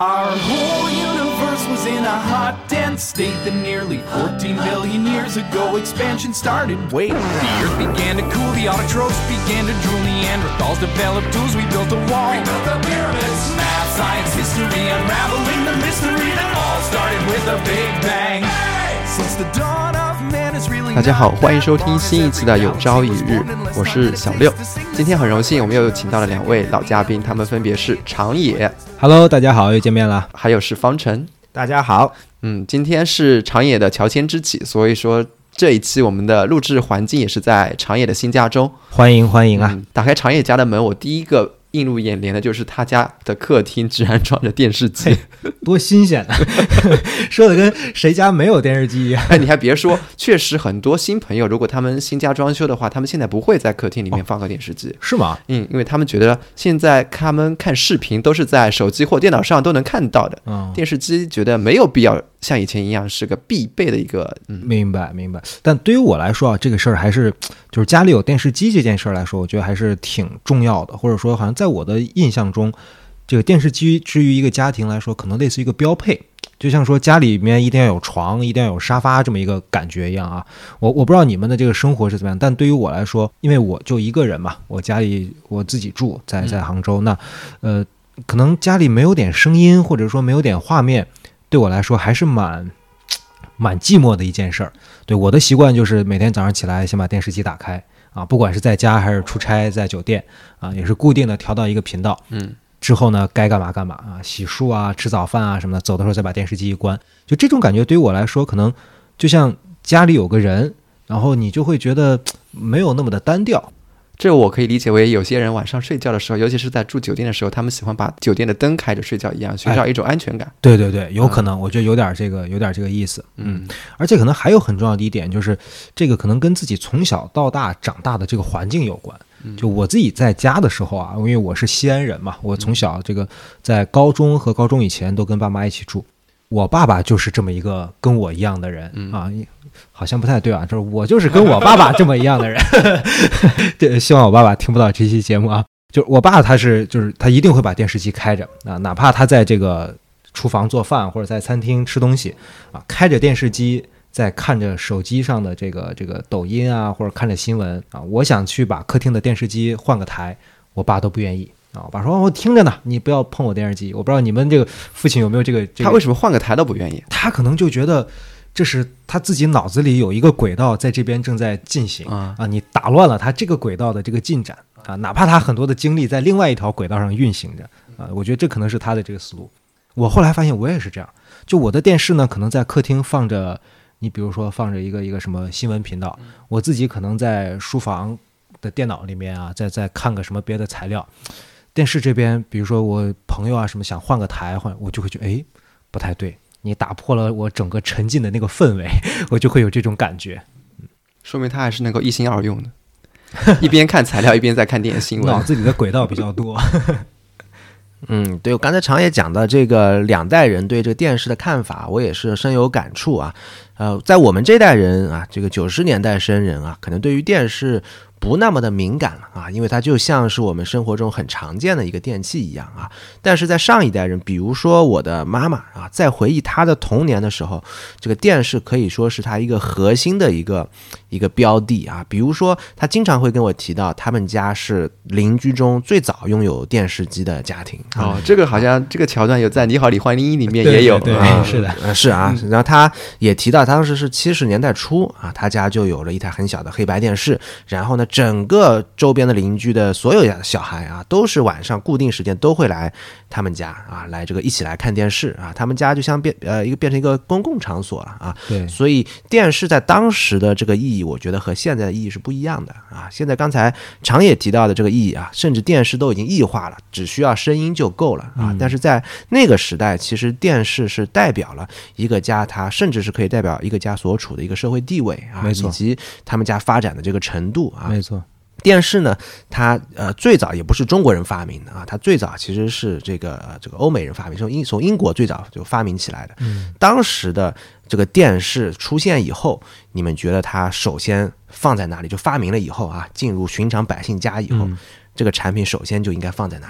Our whole universe was in a hot, dense state that nearly 14 billion years ago expansion started. Wait, the earth began to cool, the autotrophs began to drool, Neanderthals developed tools, we built a wall. We built the pyramids. Math, science, history, unraveling the mystery that all started with a big bang. Since the dawn of man is really 大家好，欢迎收听新一期的有朝一日，我是小六。今天很荣幸，我们又请到了两位老嘉宾，他们分别是长野 Hello， 大家好，又见面了。 还有是方晨。 大家好。 今天是长野的乔迁之喜，所以说这一期我们的录制环境也是在长野的新家中。 欢迎欢迎啊！ 打开长野家的门，我第一个映入眼帘的就是他家的客厅居然装着电视机， 多新鲜啊！说的跟谁家没有电视机一样。 你还别说，确实很多新朋友，如果他们新家装修的话，他们现在不会在客厅里面放个电视机。 是吗？ 因为他们觉得现在他们看视频都是在手机或电脑上都能看到的，电视机觉得没有必要像以前一样是个必备的一个。 明白。但对于我来说啊，这个事儿还是就是家里有电视机这件事儿来说，我觉得还是挺重要的，或者说好像在我的印象中，这个电视机至于一个家庭来说，可能类似于一个标配，就像说家里面一定要有床，一定要有沙发这么一个感觉一样啊。我不知道你们的这个生活是怎么样，但对于我来说，因为我就一个人嘛，我家里我自己住在杭州，那可能家里没有点声音，或者说没有点画面，对我来说还是蛮寂寞的一件事儿。对，我的习惯就是每天早上起来先把电视机打开啊，不管是在家还是出差在酒店啊，也是固定的调到一个频道。之后呢，该干嘛干嘛啊，洗漱啊，吃早饭啊什么的，走的时候再把电视机一关。就这种感觉对于我来说，可能就像家里有个人，然后你就会觉得没有那么的单调。 这个我可以理解为有些人晚上睡觉的时候，尤其是在住酒店的时候，他们喜欢把酒店的灯开着睡觉一样，寻找一种安全感。 对，有可能，我觉得有点这个意思。而且可能还有很重要的一点，就是这个可能跟自己从小到大长大的这个环境有关。就我自己在家的时候啊，因为我是西安人嘛，我从小这个在高中和高中以前都跟爸妈一起住。我爸爸就是这么一个跟我一样的人啊，好像不太对啊，就是我就是跟我爸爸这么一样的人。对，希望我爸爸听不到这期节目啊。就是我爸就是他一定会把电视机开着啊，哪怕他在这个厨房做饭或者在餐厅吃东西啊，开着电视机在看着手机上的这个抖音啊，或者看着新闻啊，我想去把客厅的电视机换个台，我爸都不愿意。我爸说我听着呢，你不要碰我电视机。我不知道你们这个父亲有没有这个他为什么换个台都不愿意？ 他可能就觉得这是他自己脑子里有一个轨道在这边正在进行你打乱了他这个轨道的这个进展啊，哪怕他很多的精力在另外一条轨道上运行着啊，我觉得这可能是他的这个思路。我后来发现我也是这样，就我的电视呢可能在客厅放着，你比如说放着一个什么新闻频道，我自己可能在书房的电脑里面啊再看个什么别的材料。电视这边比如说我朋友啊什么想换个台我就会觉得不太对，你打破了我整个沉浸的那个氛围，我就会有这种感觉。 说明他还是能够一心二用的，一边看材料一边在看电视新闻， 脑子里的轨道比较多。 对，我刚才常也讲到这个两代人对这个电视的看法，我也是深有感触啊。在我们这代人啊，这个90年代生人啊，可能对于电视不那么的敏感了啊，因为它就像是我们生活中很常见的一个电器一样啊。但是在上一代人，比如说我的妈妈啊，在回忆她的童年的时候，这个电视可以说是她一个核心的一个标的啊。比如说她经常会跟我提到，他们家是邻居中最早拥有电视机的家庭这个好像这个桥段有在《你好，李焕英》里面也有。 对，是的， 是啊。然后她也提到，当时是70年代初啊，他家就有了一台很小的黑白电视，然后呢，整个周边的邻居的所有小孩啊，都是晚上固定时间都会来他们家啊，来这个一起来看电视啊。他们家就像变成一个公共场所了啊。 对， 所以电视在当时的这个意义，我觉得和现在的意义是不一样的啊。现在刚才常也提到的这个意义啊，甚至电视都已经异化了，只需要声音就够了啊。但是在那个时代，其实电视是代表了一个家，它甚至是可以代表一个家所处的一个社会地位啊，以及他们家发展的这个程度啊。 没错。 电视呢，它最早也不是中国人发明的啊，它最早其实是这个欧美人发明，从英国最早就发明起来的。当时的这个电视出现以后，你们觉得它首先放在哪里？就发明了以后啊，进入寻常百姓家以后，这个产品首先就应该放在哪里？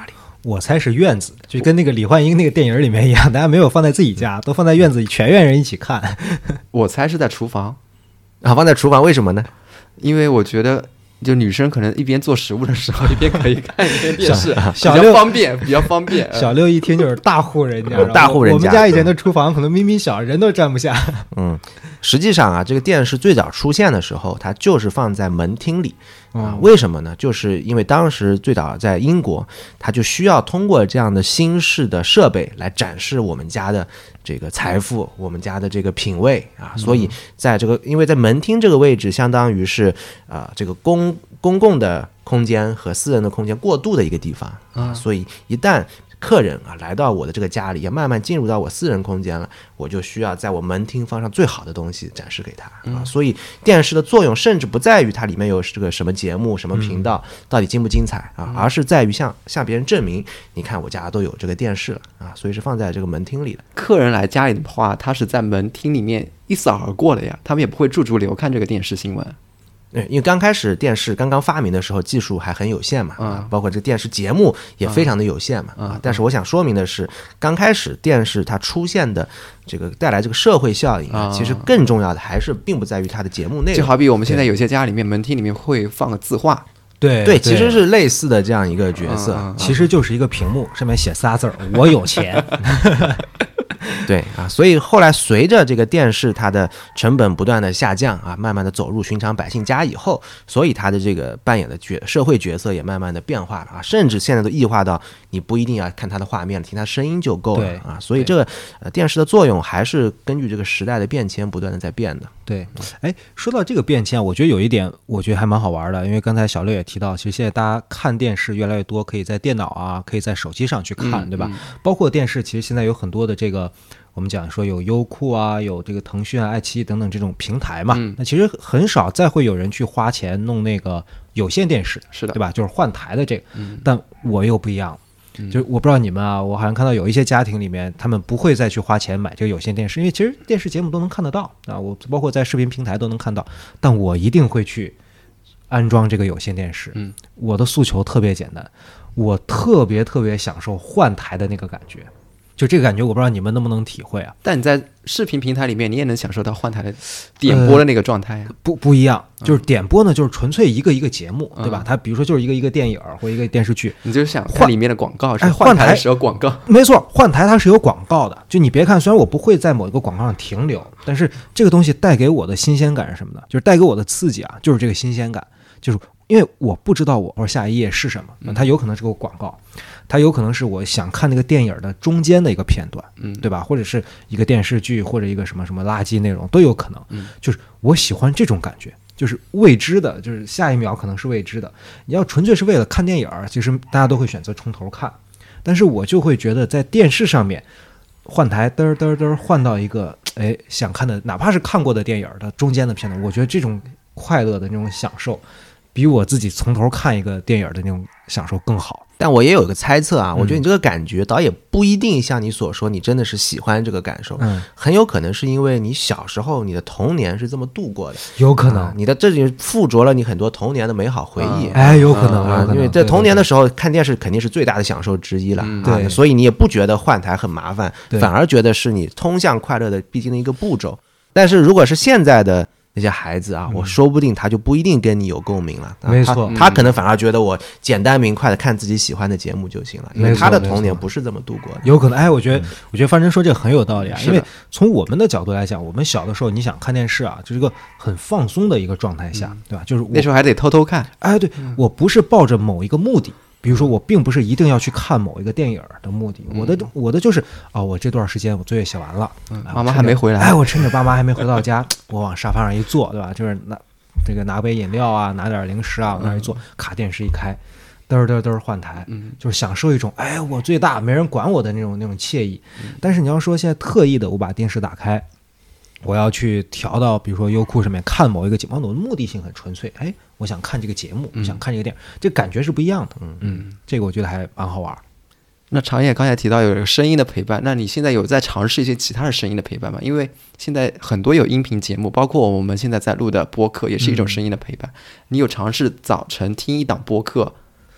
我猜是院子，就跟那个李焕英那个电影里面一样，大家没有放在自己家，都放在院子里，全院人一起看。 我猜是在厨房啊，放在厨房，为什么呢？ 因为我觉得就女生可能一边做食物的时候，一边可以看一边电视， 小比较方便。 小六一听就是大户人家， 大户人家。 我们家以前的厨房可能明明小，人都站不下。 实际上啊，这个电视最早出现的时候，它就是放在门厅里啊。为什么呢？就是因为当时最早在英国，它就需要通过这样的新式的设备来展示我们家的这个财富，我们家的这个品味啊。所以在这个，因为在门厅这个位置，相当于是这个公共的空间和私人的空间过渡的一个地方啊。所以一旦客人啊来到我的这个家里，要慢慢进入到我私人空间了，我就需要在我门厅放上最好的东西展示给他啊。所以电视的作用甚至不在于它里面有这个什么节目、什么频道到底精不精彩啊，而是在于向别人证明，你看我家都有这个电视了啊，所以是放在这个门厅里的。 客人来家里的话，他是在门厅里面一扫而过的呀，他们也不会驻足留看这个电视新闻。 因为刚开始电视刚刚发明的时候，技术还很有限嘛，包括这电视节目也非常的有限嘛，但是我想说明的是，刚开始电视它出现的这个带来这个社会效应其实更重要的还是并不在于它的节目内容。 就好比我们现在有些家里面门厅里面会放个字画， 对， 其实是类似的这样一个角色， 其实就是一个屏幕，上面写仨字儿：我有钱。 对啊，所以后来随着这个电视它的成本不断的下降啊，慢慢的走入寻常百姓家以后，所以它的这个扮演的社会角色也慢慢的变化了啊，甚至现在都异化到你不一定要看它的画面了，听它声音就够了啊。所以这个电视的作用还是根据这个时代的变迁不断的在变的。 对，哎，说到这个变迁，我觉得有一点我觉得还蛮好玩的，因为刚才小六也提到，其实现在大家看电视越来越多，可以在电脑啊，可以在手机上去看，对吧？包括电视，其实现在有很多的这个。我们讲说有优酷啊，有这个腾讯啊、爱奇艺等等这种平台嘛，那其实很少再会有人去花钱弄那个有线电视， 是的， 对吧？就是换台的这个，但我又不一样，就是我不知道你们啊，我好像看到有一些家庭里面，他们不会再去花钱买这个有线电视，因为其实电视节目都能看得到啊，我包括在视频平台都能看到，但我一定会去安装这个有线电视。我的诉求特别简单，我特别享受换台的那个感觉。就这个感觉，我不知道你们能不能体会啊？ 但你在视频平台里面，你也能享受到换台的点播的那个状态呀。 不一样，就是点播呢，就是纯粹一个节目，对吧？它比如说就是一个电影或一个电视剧， 你就想看里面的广告，是换台的时候广告。 没错，换台它是有广告的。就你别看，虽然我不会在某一个广告上停留，但是这个东西带给我的新鲜感是什么呢？就是带给我的刺激啊，就是这个新鲜感，就是因为我不知道我或者下一页是什么，它有可能是个广告。它有可能是我想看那个电影的中间的一个片段，对吧？或者是一个电视剧，或者一个什么垃圾内容都有可能。就是我喜欢这种感觉，就是未知的，就是下一秒可能是未知的。你要纯粹是为了看电影，其实大家都会选择从头看，但是我就会觉得在电视上面换台嘚嘚换到一个想看的，哪怕是看过的电影的中间的片段，我觉得这种快乐的那种享受，比我自己从头看一个电影的那种享受更好。 但我也有一个猜测啊，我觉得你这个感觉倒也不一定像你所说，你真的是喜欢这个感受，很有可能是因为你小时候你的童年是这么度过的， 有可能你的这里附着了你很多童年的美好回忆， 有可能， 因为在童年的时候看电视肯定是最大的享受之一了， 对， 所以你也不觉得换台很麻烦，反而觉得是你通向快乐的必经的一个步骤。但是如果是现在的那些孩子啊，我说不定他就不一定跟你有共鸣了。 没错， 他可能反而觉得我简单明快的看自己喜欢的节目就行了，因为他的童年不是这么度过的。 有可能，我觉得范真说这个很有道理啊，因为从我们的角度来讲，我们小的时候你想看电视啊，就是一个很放松的一个状态下，对吧？就是那时候还得偷偷看。 对，我不是抱着某一个目的。比如说我并不是一定要去看某一个电影的目的，我的就是我这段时间我作业写完了， 妈妈还没回来， 我趁着爸妈还没回到家，我往沙发上一坐，对吧？就是拿杯饮料啊，拿点零食啊，往那一坐，卡电视一开，嘚换台，就是享受一种我最大没人管我的那种惬意。但是你要说现在特意的我把电视打开，我要去调到比如说优酷上面看某一个节目，我的目的性很纯粹，我想看这个节目，我想看这个电影，这感觉是不一样的。这个我觉得还蛮好玩。 那长野刚才提到有声音的陪伴，那你现在有在尝试一些其他的声音的陪伴吗？因为现在很多有音频节目，包括我们现在在录的播客，也是一种声音的陪伴。你有尝试早晨听一档播客？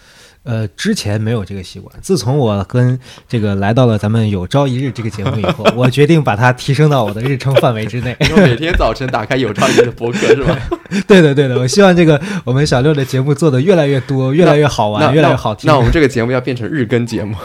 之前没有这个习惯，自从我跟这个来到了咱们有朝一日这个节目以后，我决定把它提升到我的日程范围之内。 我每天早晨打开有朝一日的博客是吧？ 对的，我希望这个我们小六的节目做的越来越多，越来越好玩，越来越好听。 那我们这个节目要变成日更节目。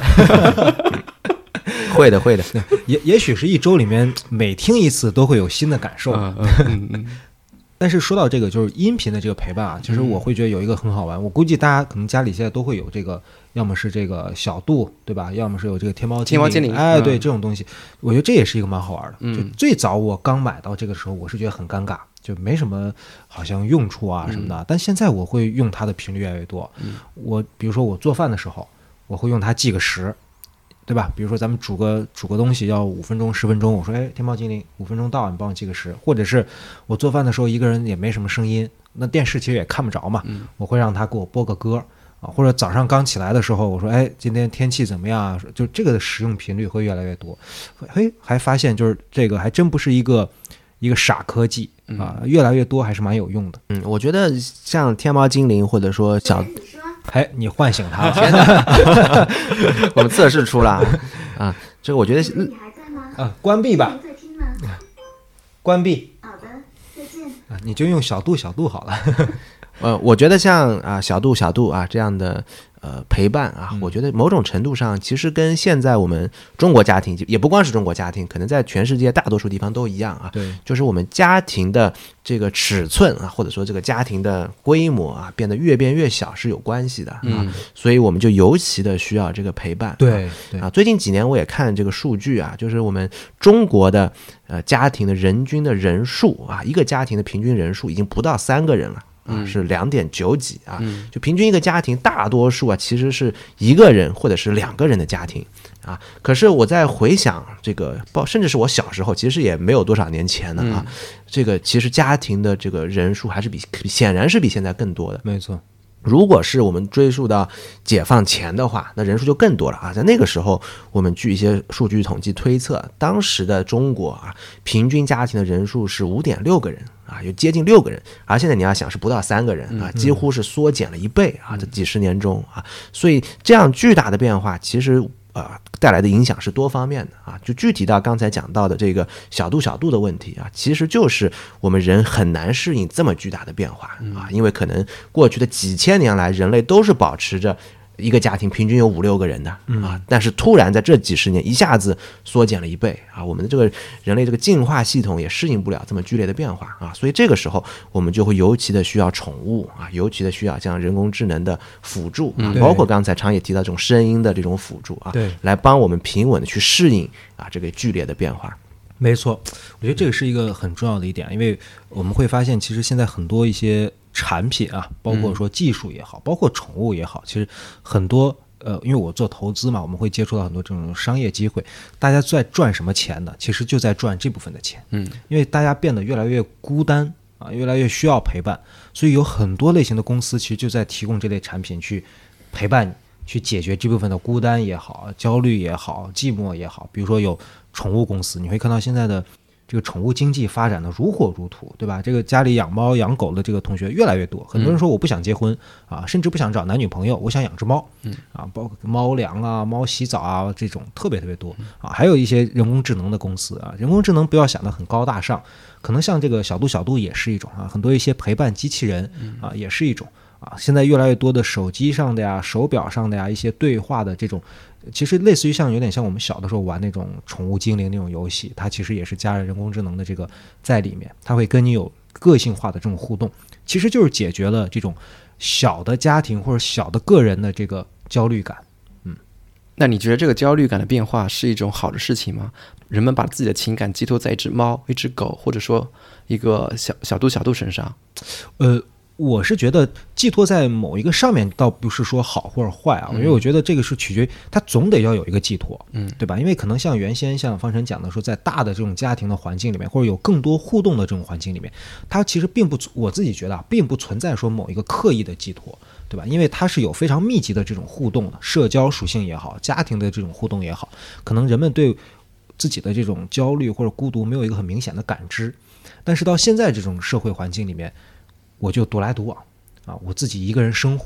会的， 也许是一周里面每听一次都会有新的感受。但是说到这个就是音频的这个陪伴啊，其实我会觉得有一个很好玩，我估计大家可能家里现在都会有这个，要么是这个小度，对吧？要么是有这个天猫精灵，哎，对，这种东西，我觉得这也是一个蛮好玩的。就最早我刚买到这个时候，我是觉得很尴尬，就没什么好像用处啊什么的。但现在我会用它的频率越来越多。我比如说我做饭的时候，我会用它记个时。对吧？比如说咱们煮个东西要5分钟10分钟，我说哎，天猫精灵5分钟到，你帮我记个时。或者是我做饭的时候一个人也没什么声音，那电视其实也看不着嘛，我会让他给我播个歌啊。或者早上刚起来的时候，我说哎，今天天气怎么样啊？就这个的使用频率会越来越多。嘿，还发现就是这个还真不是一个傻科技啊，越来越多还是蛮有用的。 我觉得像天猫精灵或者说小。 哎，你唤醒他！ 天哪，我们测试出了啊，这个我觉得你还在吗？ 啊，关闭吧。 在听吗？ 关闭。 好的，再见。 啊，你就用小度好了。 我觉得像小度啊这样的陪伴啊，我觉得某种程度上其实跟现在我们中国家庭，也不光是中国家庭，可能在全世界大多数地方都一样啊。 对， 就是我们家庭的这个尺寸啊，或者说这个家庭的规模啊，变得越变越小是有关系的啊。所以我们就尤其的需要这个陪伴。 对啊，最近几年我也看这个数据啊，就是我们中国的家庭的人均的人数啊，一个家庭的平均人数已经不到3个人了。是2.9几啊，就平均一个家庭大多数啊其实是1个人或者是2个人的家庭啊。可是我在回想这个，甚至是我小时候，其实也没有多少年前了啊。这个其实家庭的这个人数还是显然是比现在更多的。 没错。 如果是我们追溯到解放前的话，那人数就更多了啊！在那个时候，我们据一些数据统计推测，当时的中国啊，平均家庭的人数是5.6个人啊，有接近6个人，而现在你要想是不到3个人啊，几乎是缩减了1倍啊！这几十年中啊，所以这样巨大的变化，其实带来的影响是多方面的啊。就具体到刚才讲到的这个小度的问题啊，其实就是我们人很难适应这么巨大的变化啊，因为可能过去的几千年来，人类都是保持着一个家庭平均有5-6个人的啊，但是突然在这几十年一下子缩减了1倍啊，我们的这个人类这个进化系统也适应不了这么剧烈的变化啊，所以这个时候我们就会尤其的需要宠物啊，尤其的需要像人工智能的辅助啊，包括刚才常也提到这种声音的这种辅助啊， 对， 来帮我们平稳的去适应啊这个剧烈的变化。 没错，我觉得这个是一个很重要的一点，因为我们会发现其实现在很多一些产品啊，包括说技术也好，包括宠物也好，其实很多因为我做投资嘛，我们会接触到很多这种商业机会，大家在赚什么钱呢？其实就在赚这部分的钱。因为大家变得越来越孤单啊，越来越需要陪伴，所以有很多类型的公司其实就在提供这类产品去陪伴你，去解决这部分的孤单也好，焦虑也好，寂寞也好。比如说有宠物公司，你会看到现在的这个宠物经济发展的如火如荼，对吧？这个家里养猫养狗的这个同学越来越多，很多人说我不想结婚啊，甚至不想找男女朋友，我想养只猫，啊，包括猫粮啊、猫洗澡啊这种特别多啊。还有一些人工智能的公司啊，人工智能不要想得很高大上，可能像这个小度也是一种啊，很多一些陪伴机器人啊也是一种啊。现在越来越多的手机上的呀、手表上的呀一些对话的这种。其实类似于有点像我们小的时候玩那种宠物精灵那种游戏，它其实也是加了人工智能的这个在里面，它会跟你有个性化的这种互动，其实就是解决了这种小的家庭或者小的个人的这个焦虑感。 那你觉得这个焦虑感的变化是一种好的事情吗？人们把自己的情感寄托在一只猫、一只狗，或者说一个小度身上？ 我是觉得寄托在某一个上面倒不是说好或者坏啊，因为我觉得这个是取决于它总得要有一个寄托，对吧？因为可能像原先像方晨讲的说，在大的这种家庭的环境里面，或者有更多互动的这种环境里面，它其实并不，我自己觉得啊，并不存在说某一个刻意的寄托，对吧？因为它是有非常密集的这种互动的，社交属性也好，家庭的这种互动也好，可能人们对自己的这种焦虑或者孤独没有一个很明显的感知，但是到现在这种社会环境里面，我就独来独往啊，我自己一个人生活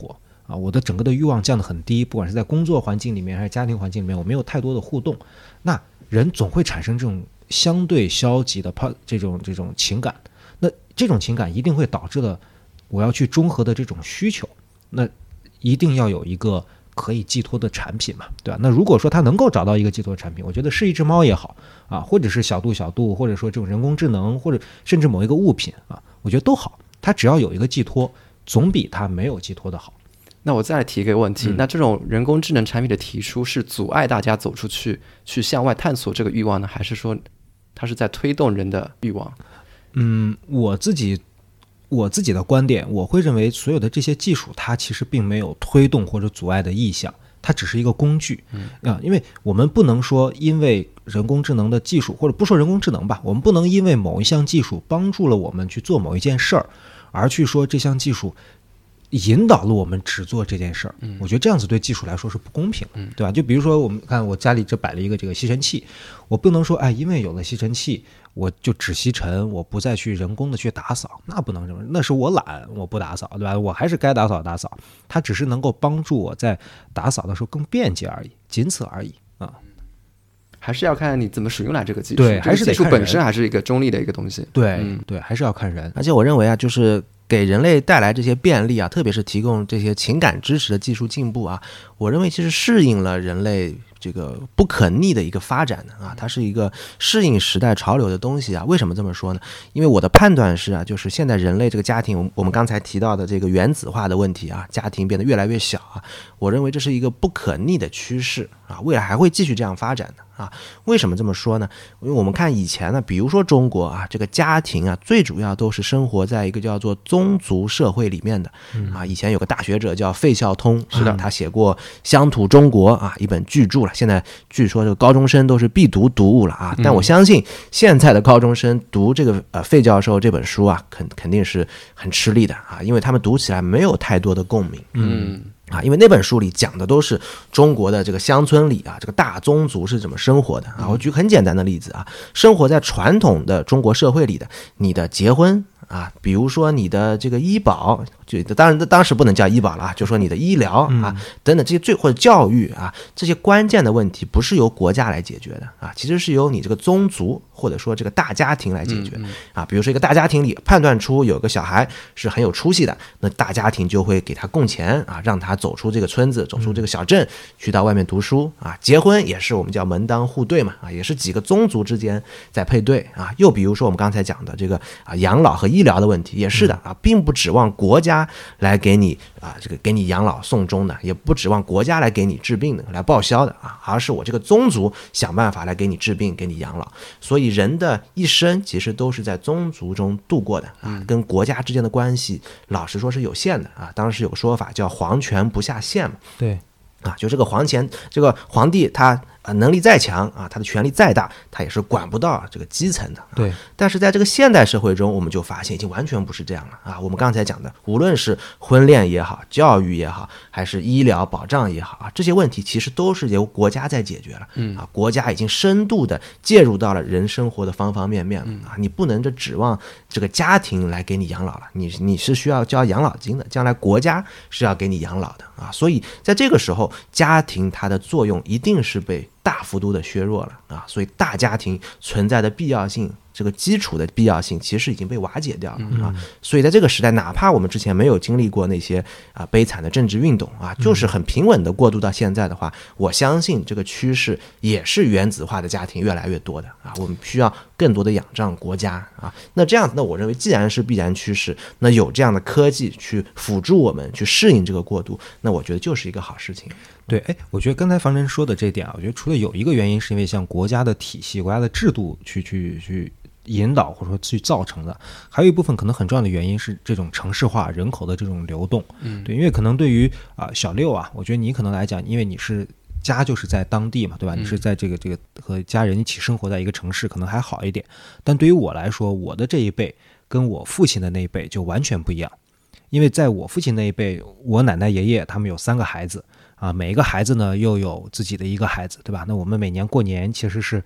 啊，我的整个的欲望降得很低，不管是在工作环境里面还是家庭环境里面，我没有太多的互动，那人总会产生这种相对消极的这种情感，那这种情感一定会导致了我要去中和的这种需求，那一定要有一个可以寄托的产品嘛，对吧？那如果说他能够找到一个寄托产品，我觉得是一只猫也好啊，或者是小度，或者说这种人工智能，或者甚至某一个物品啊，我觉得都好，它只要有一个寄托，总比它没有寄托的好。 那我再来提一个问题，那这种人工智能产品的提出是阻碍大家走出去向外探索这个欲望呢，还是说它是在推动人的欲望？ 我自己的观点，我会认为所有的这些技术它其实并没有推动或者阻碍的意向，它只是一个工具。因为我们不能说因为人工智能的技术，或者不说人工智能吧，我们不能因为某一项技术帮助了我们去做某一件事儿，而去说这项技术引导了我们只做这件事儿。我觉得这样子对技术来说是不公平的，对吧？就比如说我们看我家里这摆了一个这个吸尘器，我不能说因为有了吸尘器我就只吸尘，我不再去人工的去打扫，那不能这么，那是我懒，我不打扫，对吧？我还是该打扫打扫，它只是能够帮助我在打扫的时候更便捷而已，仅此而已啊。 还是要看你怎么使用来这个技术， 对，还是得技术本身还是一个中立的一个东西。 对，还是要看人。 而且我认为啊，就是给人类带来这些便利啊，特别是提供这些情感支持的技术进步啊，我认为其实适应了人类这个不可逆的一个发展的啊，它是一个适应时代潮流的东西啊。为什么这么说呢？因为我的判断是啊，就是现在人类这个家庭，我们刚才提到的这个原子化的问题啊，家庭变得越来越小啊，我认为这是一个不可逆的趋势啊，未来还会继续这样发展的啊。为什么这么说呢？因为我们看以前呢，比如说中国啊，这个家庭啊，最主要都是生活在一个叫做宗族社会里面的啊。以前有个大学者叫费孝通，是的，他写过《乡土中国》啊，一本巨著了。现在据说这个高中生都是必读读物了啊，但我相信现在的高中生读这个费教授这本书啊，肯定是很吃力的啊，因为他们读起来没有太多的共鸣。因为那本书里讲的都是中国的这个乡村里啊，这个大宗族是怎么生活的啊。我举个很简单的例子啊，生活在传统的中国社会里的，你的结婚啊，比如说你的这个医保，就当时不能叫医保了啊，就说你的医疗啊等等这些或者教育啊，这些关键的问题不是由国家来解决的啊，其实是由你这个宗族或者说这个大家庭来解决啊。比如说一个大家庭里判断出有个小孩是很有出息的，那大家庭就会给他供钱啊，让他走出这个村子，走出这个小镇，去到外面读书啊。结婚也是我们叫门当户对嘛啊，也是几个宗族之间在配对啊。又比如说我们刚才讲的这个养老和医疗的问题也是的啊，并不指望国家来给你这个给你养老送终的，也不指望国家来给你治病的，来报销的啊，而是我这个宗族想办法来给你治病，给你养老。所以人的一生其实都是在宗族中度过的啊，跟国家之间的关系老实说是有限的啊。当时有个说法叫皇权不下县嘛， 对啊，就这个皇帝他能力再强啊，他的权力再大，他也是管不到这个基层的。 对， 但是在这个现代社会中，我们就发现已经完全不是这样了啊。我们刚才讲的，无论是婚恋也好，教育也好，还是医疗保障也好啊，这些问题其实都是由国家在解决了。啊，国家已经深度的介入到了人生活的方方面面了啊。你不能指望这个家庭来给你养老了，你是需要交养老金的，将来国家是要给你养老的啊。所以在这个时候，家庭它的作用一定是被大幅度的削弱了啊，所以大家庭存在的必要性，这个基础的必要性其实已经被瓦解掉了啊。所以在这个时代，哪怕我们之前没有经历过那些悲惨的政治运动啊，就是很平稳的过渡到现在的话，我相信这个趋势也是原子化的家庭越来越多的啊。我们需要更多的仰仗国家啊。那这样子，那我认为既然是必然趋势，那有这样的科技去辅助我们去适应这个过渡，那我觉得就是一个好事情。 对，我觉得刚才方晨说的这点啊，我觉得除了有一个原因是因为像国家的体系、国家的制度去引导或者说去造成的，还有一部分可能很重要的原因是这种城市化人口的这种流动。对，因为可能对于小六啊，我觉得你可能来讲，因为你是家就是在当地嘛，对吧？你是在这个和家人一起生活在一个城市，可能还好一点。但对于我来说，我的这一辈跟我父亲的那一辈就完全不一样，因为在我父亲那一辈，我奶奶爷爷他们有3个孩子。每一个孩子呢又有自己的一个孩子，对吧？那我们每年过年其实是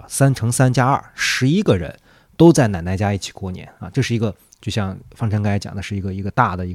3×3+2，11个人都在奶奶家一起过年啊。这是一个就像方晨刚才讲的，是一个大的一个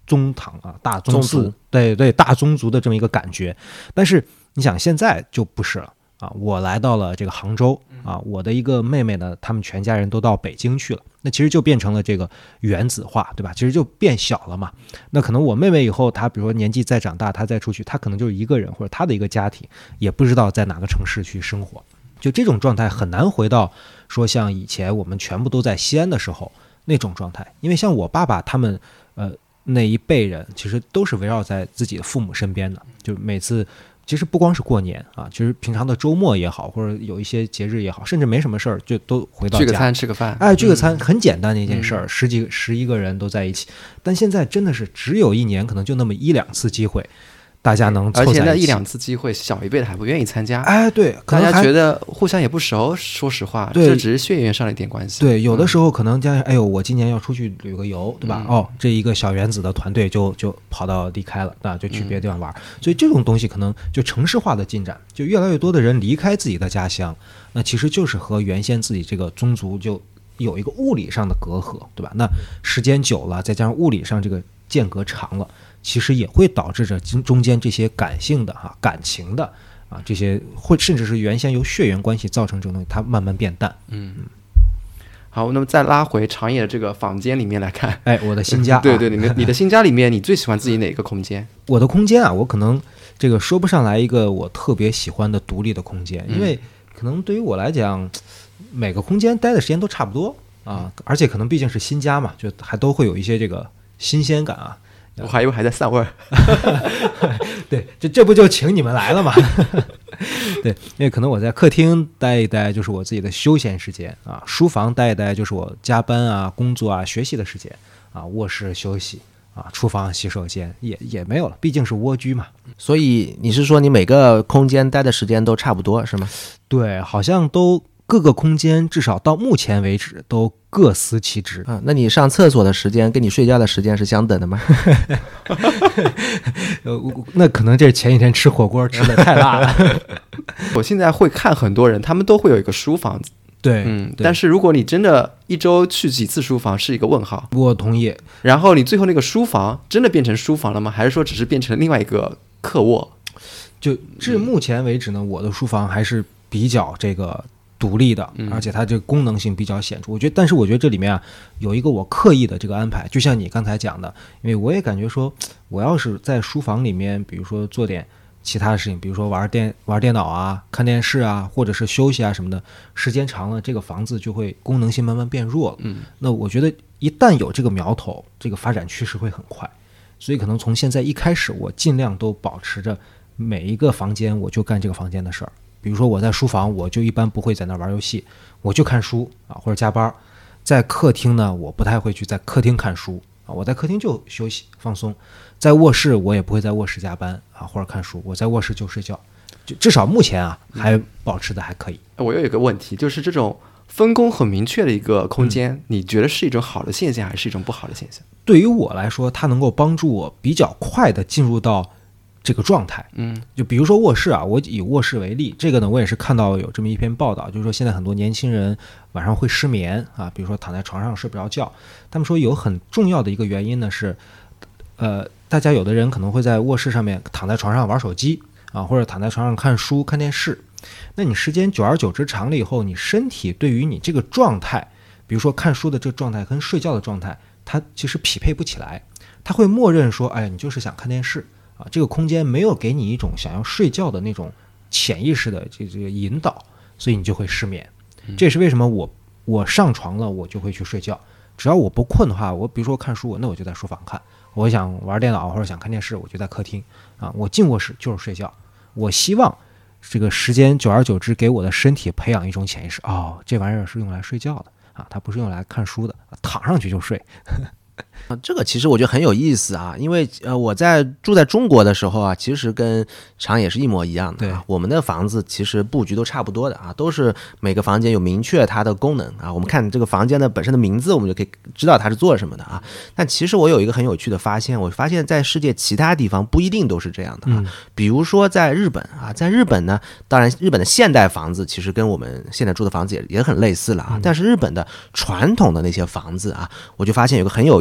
宗堂啊，大宗宗祠，对对，大宗族的这么一个感觉。但是你想现在就不是了啊，我来到了这个杭州啊，我的一个妹妹呢，他们全家人都到北京去了，那其实就变成了这个原子化，对吧？其实就变小了嘛。那可能我妹妹以后她比如说年纪再长大，她再出去，她可能就是一个人或者她的一个家庭，也不知道在哪个城市去生活，就这种状态很难回到说像以前我们全部都在西安的时候那种状态。因为像我爸爸他们那一辈人其实都是围绕在自己的父母身边的，就每次其实不光是过年啊，其实平常的周末也好，或者有一些节日也好，甚至没什么事儿就都回到家聚个餐吃个饭， 聚个餐很简单的一件事儿，11个人都在一起。但现在真的是只有一年可能就那么1-2次机会，大家能凑在一起， 而且那1-2次机会，小一辈的还不愿意参加。 对， 大家觉得互相也不熟，说实话，这只是血缘上的一点关系。 对，有的时候可能家人，我今年要出去旅个游，对吧？这一个小原子的团队就跑到离开了，就去别的地方玩。所以这种东西可能就城市化的进展，就越来越多的人离开自己的家乡，那其实就是和原先自己这个宗族就有一个物理上的隔阂，对吧？那时间久了，再加上物理上这个间隔长了，其实也会导致着中间这些感性的感情的这些会甚至是原先由血缘关系造成这种东西，它慢慢变淡。 好，那么再拉回长野的这个房间里面来看， 我的新家， 对，你的新家里面，你最喜欢自己哪个空间？ 我的空间我可能这个说不上来一个我特别喜欢的独立的空间，因为可能对于我来讲，每个空间待的时间都差不多而且可能毕竟是新家嘛，就还都会有一些这个新鲜感啊。 我还以为还在散味儿。 对，这不就请你们来了嘛？对，因为可能我在客厅待一待就是我自己的休闲时间书房待一待就是我加班工作学习的时间卧室休息厨房洗手间也没有了，毕竟是蜗居嘛。 所以你是说你每个空间待的时间都差不多是吗？ 对，好像都各个空间至少到目前为止都各司其职那你上厕所的时间跟你睡觉的时间是相等的吗？ 那可能这是前几天吃火锅吃的太辣了。 我现在会看很多人，他们都会有一个书房子。 对， 但是如果你真的一周去几次书房是一个问号。 我同意。 然后你最后那个书房真的变成书房了吗？还是说只是变成另外一个客卧？ 就至目前为止呢，我的书房还是比较这个独立的，而且它这个功能性比较显著。但是我觉得这里面有一个我刻意的这个安排，就像你刚才讲的，因为我也感觉说，我要是在书房里面，比如说做点其他的事情，比如说玩电脑看电视或者是休息什么的，时间长了，这个房子就会功能性慢慢变弱了。那我觉得一旦有这个苗头，这个发展趋势会很快。所以可能从现在一开始，我尽量都保持着每一个房间我就干这个房间的事儿。比如说我在书房，我就一般不会在那玩游戏，我就看书或者加班。在客厅呢，我不太会去在客厅看书我在客厅就休息放松。在卧室我也不会在卧室加班或者看书，我在卧室就睡觉。就至少目前还保持的还可以。 我有一个问题，就是这种分工很明确的一个空间，你觉得是一种好的现象还是一种不好的现象？ 对于我来说，它能够帮助我比较快的进入到这个状态。就比如说卧室我以卧室为例，这个呢我也是看到有这么一篇报道，就是说现在很多年轻人晚上会失眠比如说躺在床上睡不着觉，他们说有很重要的一个原因呢是大家有的人可能会在卧室上面躺在床上玩手机或者躺在床上看书看电视。那你时间久而久之长了以后，你身体对于你这个状态，比如说看书的这个状态跟睡觉的状态，它其实匹配不起来，它会默认说你就是想看电视这个空间没有给你一种想要睡觉的那种潜意识的这个引导，所以你就会失眠。这也是为什么我上床了我就会去睡觉，只要我不困的话，我比如说看书，那我就在书房看；我想玩电脑或者想看电视，我就在客厅我进卧室就是睡觉。我希望这个时间久而久之给我的身体培养一种潜意识，这玩意儿是用来睡觉的它不是用来看书的，躺上去就睡。 这个其实我觉得很有意思因为我住在中国的时候其实跟长野是一模一样的我们的房子其实布局都差不多的都是每个房间有明确它的功能我们看这个房间的本身的名字，我们就可以知道它是做什么的但其实我有一个很有趣的发现，我发现在世界其他地方不一定都是这样的比如说在日本在日本呢，当然日本的现代房子其实跟我们现在住的房子也很类似了但是日本的传统的那些房子我就发现有个很有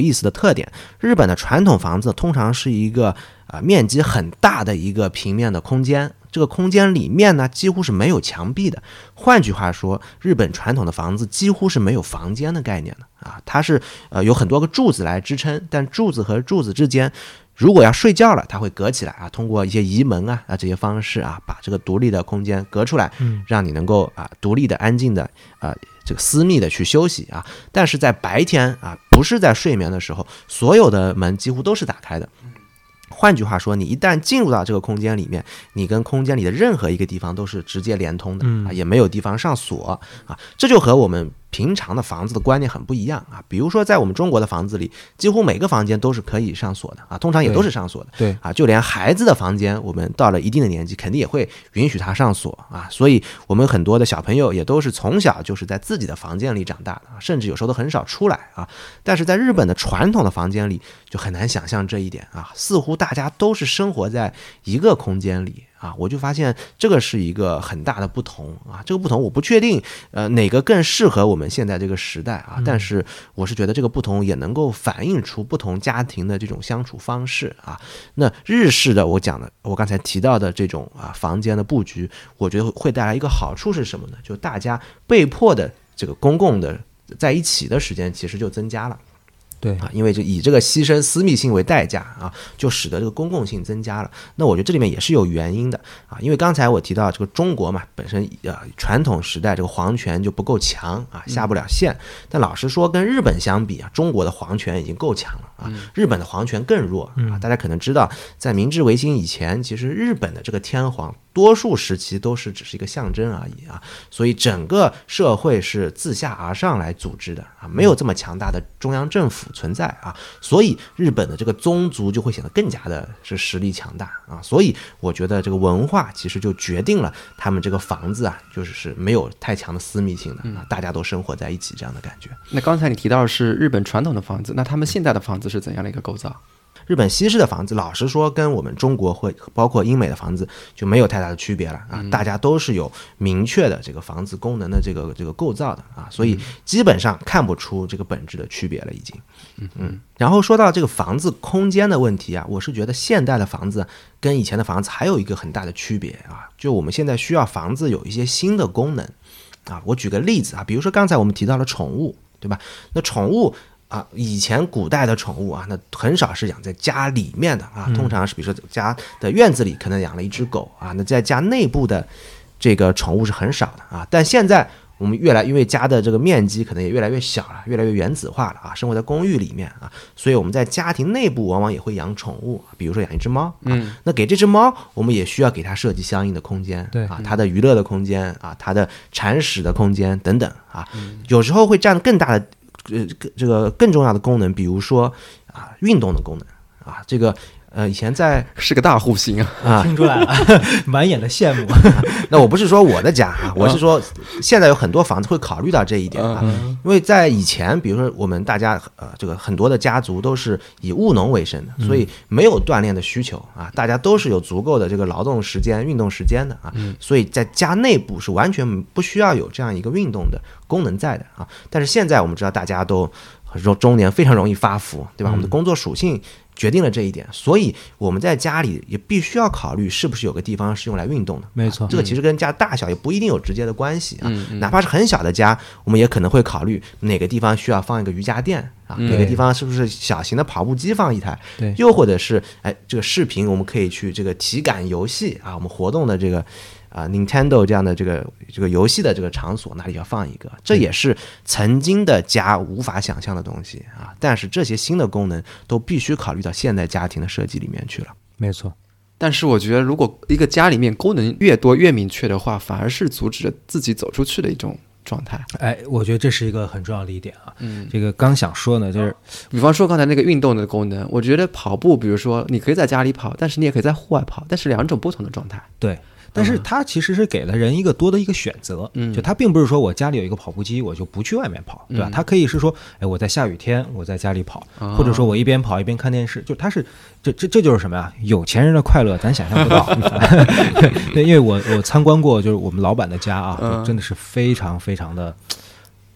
有意思的特点。日本的传统房子通常是一个面积很大的一个平面的空间，这个空间里面呢几乎是没有墙壁的。换句话说，日本传统的房子几乎是没有房间的概念的啊，它是有很多个柱子来支撑，但柱子和柱子之间如果要睡觉了，它会隔起来啊，通过一些移门啊这些方式啊，把这个独立的空间隔出来，让你能够独立的、安静的这个私密的去休息啊。但是在白天啊，不是在睡眠的时候，所有的门几乎都是打开的。换句话说，你一旦进入到这个空间里面，你跟空间里的任何一个地方都是直接连通的啊，也没有地方上锁啊，这就和我们平常的房子的观念很不一样啊。比如说在我们中国的房子里，几乎每个房间都是可以上锁的啊，通常也都是上锁的。 对啊， 就连孩子的房间，我们到了一定的年纪，肯定也会允许他上锁啊。所以我们很多的小朋友也都是从小就是在自己的房间里长大的啊，甚至有时候都很少出来啊。但是在日本的传统的房间里，就很难想象这一点啊，似乎大家都是生活在一个空间里啊，我就发现这个是一个很大的不同啊。这个不同我不确定哪个更适合我们现在这个时代啊，但是我是觉得这个不同也能够反映出不同家庭的这种相处方式啊。那日式的我刚才提到的这种房间的布局，我觉得会带来一个好处是什么呢？就大家被迫的这个公共的在一起的时间其实就增加了。 对啊，因为就以这个牺牲私密性为代价啊，就使得这个公共性增加了。那我觉得这里面也是有原因的啊，因为刚才我提到这个中国嘛，本身传统时代这个皇权就不够强啊，下不了线。但老实说，跟日本相比啊，中国的皇权已经够强了啊，日本的皇权更弱啊。大家可能知道，在明治维新以前，其实日本的这个天皇多数时期都是只是一个象征而已啊，所以整个社会是自下而上来组织的啊，没有这么强大的中央政府存在啊，所以日本的这个宗族就会显得更加的是实力强大啊，所以我觉得这个文化其实就决定了他们这个房子啊，就是没有太强的私密性的啊，大家都生活在一起这样的感觉。 那刚才你提到的是日本传统的房子，那他们现代的房子是怎样的一个构造？ 日本西式的房子，老实说，跟我们中国或包括英美的房子就没有太大的区别了啊。大家都是有明确的这个房子功能的这个构造的啊，所以基本上看不出这个本质的区别了已经。然后说到这个房子空间的问题啊，我是觉得现代的房子跟以前的房子还有一个很大的区别啊，就我们现在需要房子有一些新的功能啊。我举个例子啊，比如说刚才我们提到了宠物，对吧？那宠物啊，以前古代的宠物啊，那很少是养在家里面的啊，通常是比如说家的院子里可能养了一只狗啊，那在家内部的这个宠物是很少的啊。但现在我们因为家的这个面积可能也越来越小了，越来越原子化了啊，生活在公寓里面啊，所以我们在家庭内部往往也会养宠物，比如说养一只猫啊。那给这只猫，我们也需要给它设计相应的空间， 对啊，它的娱乐的空间啊，它的铲屎的空间等等啊，有时候会占更大的这个更重要的功能，比如说运动的功能啊，这个以前是个大户型啊， 听出来了，满眼的羡慕。 那我不是说我的家啊，我是说现在有很多房子会考虑到这一点啊，因为在以前，比如说我们大家这个很多的家族都是以务农为生的，所以没有锻炼的需求啊，大家都是有足够的这个劳动时间、运动时间的啊，所以在家内部是完全不需要有这样一个运动的功能在的啊。但是现在我们知道大家都中年非常容易发福，对吧？我们的工作属性决定了这一点，所以我们在家里也必须要考虑是不是有个地方是用来运动的。 没错， 这个其实跟家大小也不一定有直接的关系啊。哪怕是很小的家，我们也可能会考虑哪个地方需要放一个瑜伽垫啊，哪个地方是不是小型的跑步机放一台， 对， 又或者是这个视频我们可以去这个体感游戏啊，我们活动的这个Nintendo 这样的这个游戏的这个场所，哪里要放一个？这也是曾经的家无法想象的东西啊！但是这些新的功能都必须考虑到现代家庭的设计里面去了。 没错， 但是我觉得，如果一个家里面功能越多越明确的话，反而是阻止着自己走出去的一种状态。 我觉得这是一个很重要的一点啊。这个刚想说呢，就是比方说刚才那个运动的功能，我觉得跑步，比如说你可以在家里跑，但是你也可以在户外跑，但是两种不同的状态。 对。但是它其实是给了人一个多的一个选择，就它并不是说我家里有一个跑步机我就不去外面跑，对吧？它可以是说，我在下雨天我在家里跑，或者说我一边跑一边看电视，就它是这就是什么呀？有钱人的快乐咱想象不到。对，因为我参观过就是我们老板的家啊，真的是非常非常的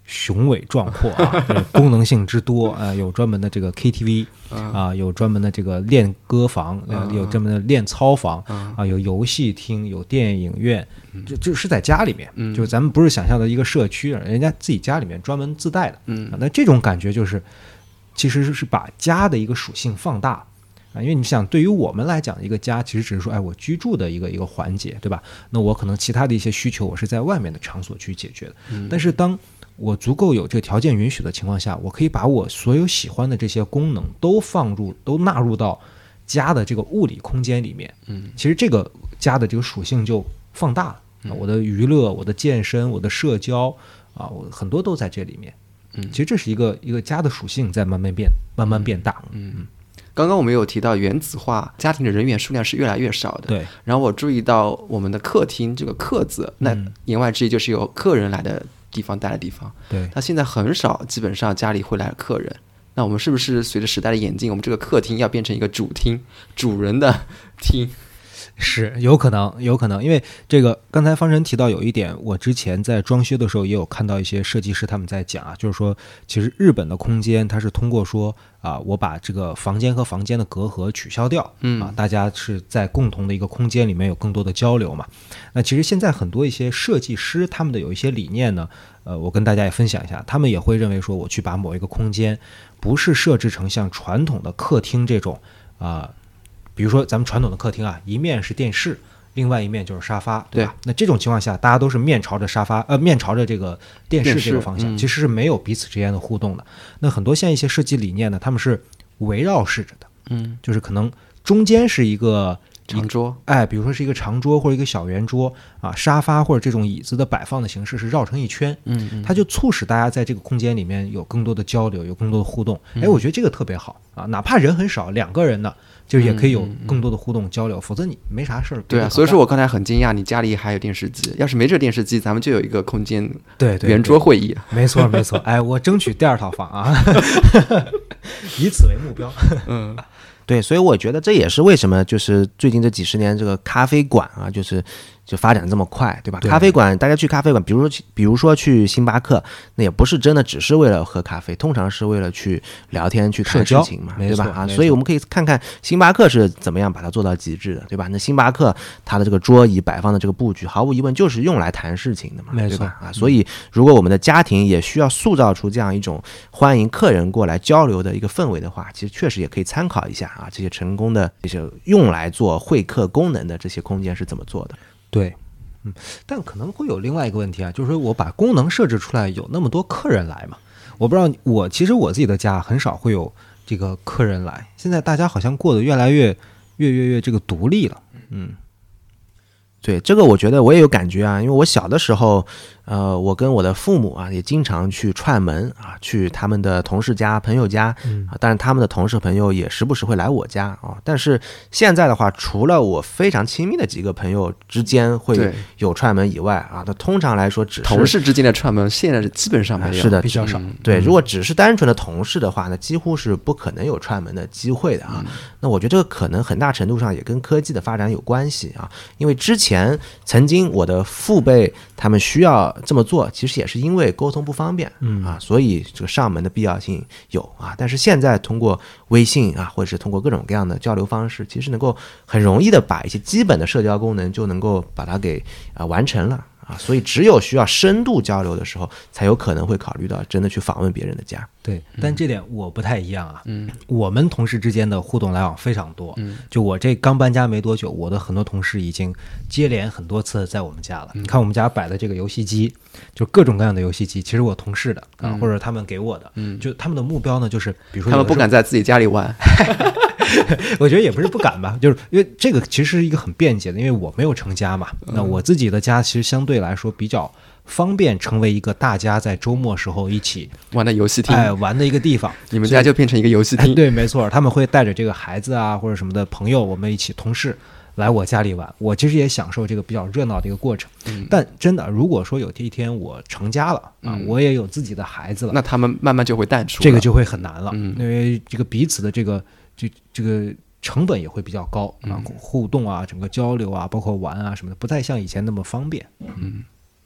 雄伟壮阔啊，就是功能性之多啊，有专门的这个 KTV 啊，有专门的这个练歌房，有专门的练操房啊，有游戏厅，有电影院，就是在家里面，就是咱们不是想象的一个社区，人家自己家里面专门自带的，那这种感觉就是其实是把家的一个属性放大。因为你想，对于我们来讲，一个家其实只是说，哎，我居住的一个环节，对吧？那我可能其他的一些需求，我是在外面的场所去解决的。但是当我足够有这个条件允许的情况下，我可以把我所有喜欢的这些功能都纳入到家的这个物理空间里面。其实这个家的这个属性就放大了。我的娱乐、我的健身、我的社交啊，我很多都在这里面。其实这是一个家的属性在慢慢变大。 刚刚我们有提到原子化家庭的人员数量是越来越少的， 对。 然后我注意到我们的客厅这个客字，那言外之意就是有客人来的地方待的地方。 对。 那现在很少，基本上家里会来客人。那我们是不是随着时代的演进，我们这个客厅要变成一个主厅，主人的厅？ 是有可能，因为这个刚才方晨提到有一点，我之前在装修的时候也有看到一些设计师他们在讲啊，就是说其实日本的空间它是通过说啊，我把这个房间和房间的隔阂取消掉，大家是在共同的一个空间里面有更多的交流嘛。那其实现在很多一些设计师他们的有一些理念呢，我跟大家也分享一下，他们也会认为说我去把某一个空间不是设置成像传统的客厅这种比如说咱们传统的客厅啊，一面是电视，另外一面就是沙发，对吧？那这种情况下，大家都是面朝着面朝着这个电视这个方向，其实是没有彼此之间的互动的。那很多像一些设计理念呢，他们是围绕式着的，就是可能中间是一个长桌， 比如说是一个长桌或者一个小圆桌啊，沙发或者这种椅子的摆放的形式是绕成一圈，它就促使大家在这个空间里面有更多的交流，有更多的互动。我觉得这个特别好啊，哪怕人很少，2个人呢，就也可以有更多的互动交流，否则你没啥事儿。 对啊，所以说我刚才很惊讶，你家里还有电视机，要是没这电视机，咱们就有一个空间， 对， 圆桌会议。 没错，我争取第2套房啊，以此为目标。 对，所以我觉得这也是为什么就是最近这几十年这个咖啡馆啊，就发展这么快，对吧？咖啡馆，大家去咖啡馆，比如说去星巴克，那也不是真的只是为了喝咖啡，通常是为了去聊天、去谈事情嘛，对吧？所以我们可以看看星巴克是怎么样把它做到极致的，对吧？那星巴克它的这个桌椅摆放的这个布局，毫无疑问就是用来谈事情的嘛，对吧？所以如果我们的家庭也需要塑造出这样一种欢迎客人过来交流的一个氛围的话，其实确实也可以参考一下啊，这些成功的这些用来做会客功能的这些空间是怎么做的。 对，但可能会有另外一个问题啊，就是说我把功能设置出来，有那么多客人来嘛？我不知道，其实我自己的家很少会有这个客人来。现在大家好像过得越来越这个独立了。 对，这个我觉得我也有感觉啊，因为我小的时候，我跟我的父母啊也经常去串门啊，去他们的同事家、朋友家啊，当然他们的同事朋友也时不时会来我家啊。但是现在的话，除了我非常亲密的几个朋友之间会有串门以外啊，那通常来说只是同事之间的串门，现在基本上没有， 是的， 比较少。 对，如果只是单纯的同事的话，那几乎是不可能有串门的机会的啊。那我觉得这个可能很大程度上也跟科技的发展有关系啊，因为之前曾经我的父辈他们需要这么做，其实也是因为沟通不方便所以这个上门的必要性有啊。但是现在通过微信啊，或者是通过各种各样的交流方式，其实能够很容易的把一些基本的社交功能就能够把它给完成了啊。所以只有需要深度交流的时候，才有可能会考虑到真的去访问别人的家。 对，但这点我不太一样啊。我们同事之间的互动来往非常多。就我这刚搬家没多久，我的很多同事已经接连很多次在我们家了。你看我们家摆的这个游戏机，就各种各样的游戏机，其实我同事的或者他们给我的，就他们的目标呢，就是比如说他们不敢在自己家里玩。 我觉得也不是不敢吧，就是因为这个其实是一个很便捷的，因为我没有成家嘛。那我自己的家其实相对来说比较方便成为一个大家在周末时候一起玩的游戏厅， 玩的一个地方。 你们家就变成一个游戏厅。 对，没错，他们会带着这个孩子啊或者什么的朋友，我们一起同事来我家里玩。我其实也享受这个比较热闹的一个过程。但真的，如果说有一天我成家了我也有自己的孩子了， 那他们慢慢就会淡出了， 这个就会很难了。因为这个彼此的这个成本也会比较高互动啊，整个交流啊，包括玩啊什么的，不再像以前那么方便。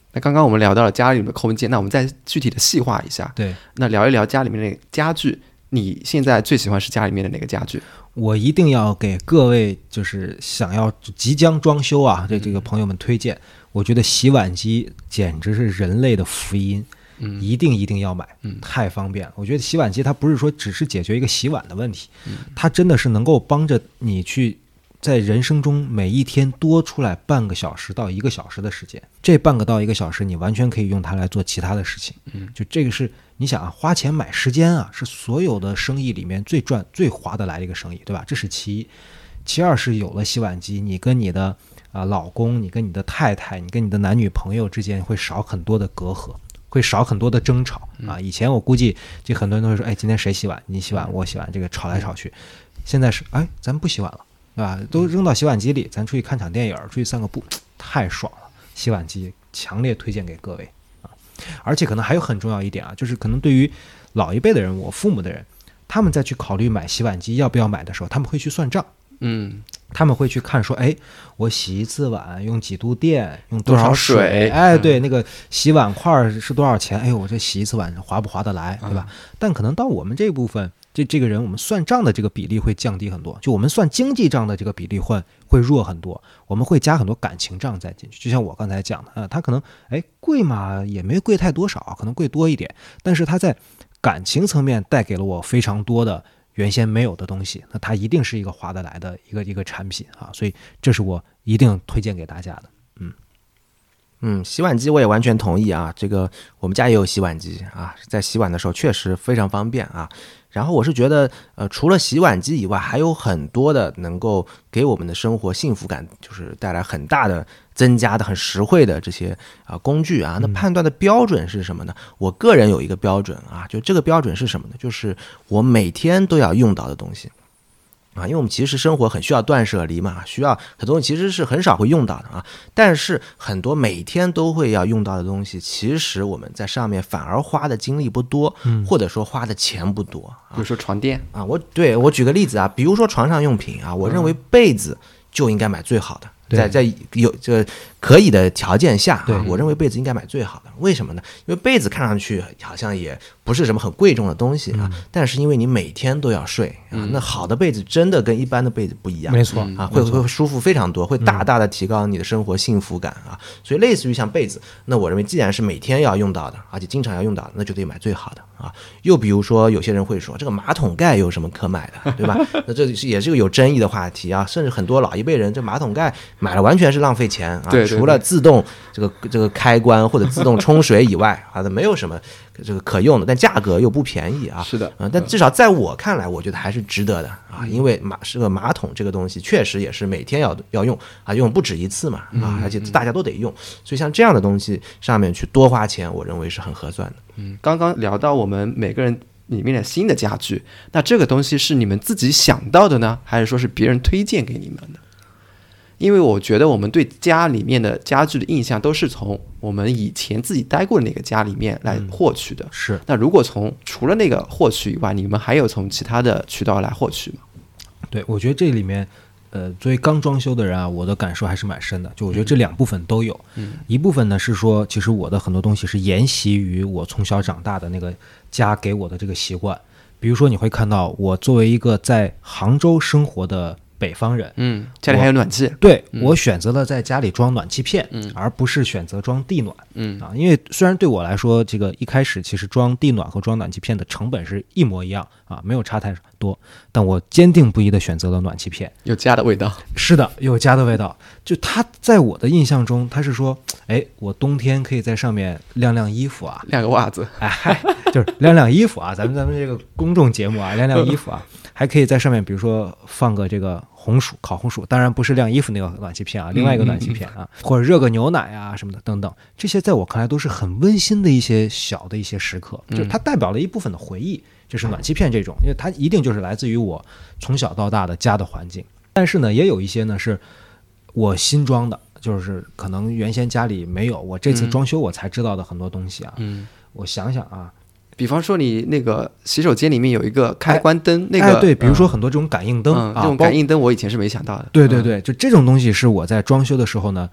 那刚刚我们聊到了家里面的空间，那我们再具体的细化一下。 对， 那聊一聊家里面的家具，你现在最喜欢是家里面的哪个家具？ 我一定要给各位就是想要即将装修啊这个朋友们推荐，我觉得洗碗机简直是人类的福音。一定要买，太方便了。我觉得洗碗机它不是说只是解决一个洗碗的问题，它真的是能够帮着你去在人生中每一天多出来半个小时到1个小时的时间，这半个到1个小时你完全可以用它来做其他的事情。就这个是你想啊，花钱买时间啊，是所有的生意里面最赚最划得来的一个生意，对吧？这是其一。其二是有了洗碗机，你跟你的老公，你跟你的太太，你跟你的男女朋友之间会少很多的隔阂，会少很多的争吵啊！以前我估计这很多人都会说，哎，今天谁洗碗？你洗碗，我洗碗，这个吵来吵去。现在是，哎，咱不洗碗了，对吧？都扔到洗碗机里，咱出去看场电影，出去散个步，太爽了！洗碗机强烈推荐给各位啊！而且可能还有很重要一点啊，就是可能对于老一辈的人，我父母的人，他们再去考虑买洗碗机要不要买的时候，他们会去算账。他们会去看说，哎，我洗一次碗用几度电，用多少水，哎，对，那个洗碗块是多少钱？哎呦，我这洗一次碗划不划得来，对吧？但可能到我们这部分，这个人我们算账的这个比例会降低很多，就我们算经济账的这个比例会弱很多，我们会加很多感情账再进去。就像我刚才讲的，它可能贵嘛，也没贵太多少，可能贵多一点，但是它在感情层面带给了我非常多的原先没有的东西，那它一定是一个划得来的一个产品啊，所以这是我一定推荐给大家的。 洗碗机我也完全同意啊，这个我们家也有洗碗机啊，在洗碗的时候确实非常方便啊。然后我是觉得，除了洗碗机以外，还有很多的能够给我们的生活幸福感，就是带来很大的增加的、很实惠的这些工具啊。那判断的标准是什么呢？我个人有一个标准啊，就这个标准是什么呢？就是我每天都要用到的东西。因为我们其实生活很需要断舍离嘛，需要很多其实是很少会用到的啊，但是很多每天都会要用到的东西，其实我们在上面反而花的精力不多，或者说花的钱不多。 比如说床垫啊，我举个例子啊，比如说床上用品啊，我认为被子就应该买最好的。在有这个可以的条件下啊，我认为被子应该买最好的。为什么呢？因为被子看上去好像也不是什么很贵重的东西啊，但是因为你每天都要睡啊，那好的被子真的跟一般的被子不一样， 没错啊，会舒服非常多，会大大的提高你的生活幸福感啊。所以类似于像被子，那我认为既然是每天要用到的，而且经常要用到的，那就得买最好的啊。又比如说有些人会说，这个马桶盖有什么可买的，对吧？那这也是个有争议的话题啊，甚至很多老一辈人这马桶盖买了完全是浪费钱啊， 对， 除了自动这个开关或者自动冲水以外啊，没有什么这个可用的，但价格又不便宜啊。 是的， 但至少在我看来，我觉得还是值得的啊，因为马桶这个东西确实也是每天要用啊，用不止一次嘛啊，而且大家都得用，所以像这样的东西上面去多花钱，我认为是很合算的。 刚刚聊到我们每个人里面的新的家具，那这个东西是你们自己想到的呢，还是说是别人推荐给你们的？因为我觉得我们对家里面的家具的印象都是从我们以前自己待过的那个家里面来获取的。 是。 那如果除了那个获取以外，你们还有从其他的渠道来获取吗？ 对，我觉得这里面作为刚装修的人啊，我的感受还是蛮深的。就我觉得这两部分都有。一部分呢是说，其实我的很多东西是沿袭于我从小长大的那个家给我的这个习惯。比如说你会看到我作为一个在杭州生活的北方人， 家里还有暖气， 对，我选择了在家里装暖气片，而不是选择装地暖，因为虽然对我来说，这个一开始其实装地暖和装暖气片的成本是一模一样啊，没有差太多，但我坚定不移的选择了暖气片， 有家的味道， 是的，有家的味道。就它在我的印象中，它是说，哎，我冬天可以在上面晾晾衣服啊， 晾个袜子， 哎，就是晾晾衣服啊，咱们这个公众节目啊，晾晾衣服啊。还可以在上面，比如说放个这个红薯，烤红薯，当然不是晾衣服那个暖气片啊，另外一个暖气片啊，或者热个牛奶啊什么的等等，这些在我看来都是很温馨的一些小的一些时刻，就是它代表了一部分的回忆，就是暖气片这种，因为它一定就是来自于我从小到大的家的环境。但是呢，也有一些呢是我新装的，就是可能原先家里没有，我这次装修我才知道的很多东西啊。我想想啊。 比方说你那个洗手间里面有一个开关灯，那个对，比如说很多这种感应灯这种感应灯我以前是没想到的。 对对对，就这种东西是我在装修的时候呢，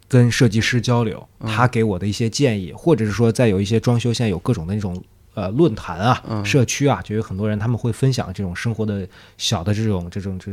跟设计师交流，他给我的一些建议，或者是说在有一些装修现在有各种的那种论坛啊、社区啊，就有很多人他们会分享这种生活的小的这种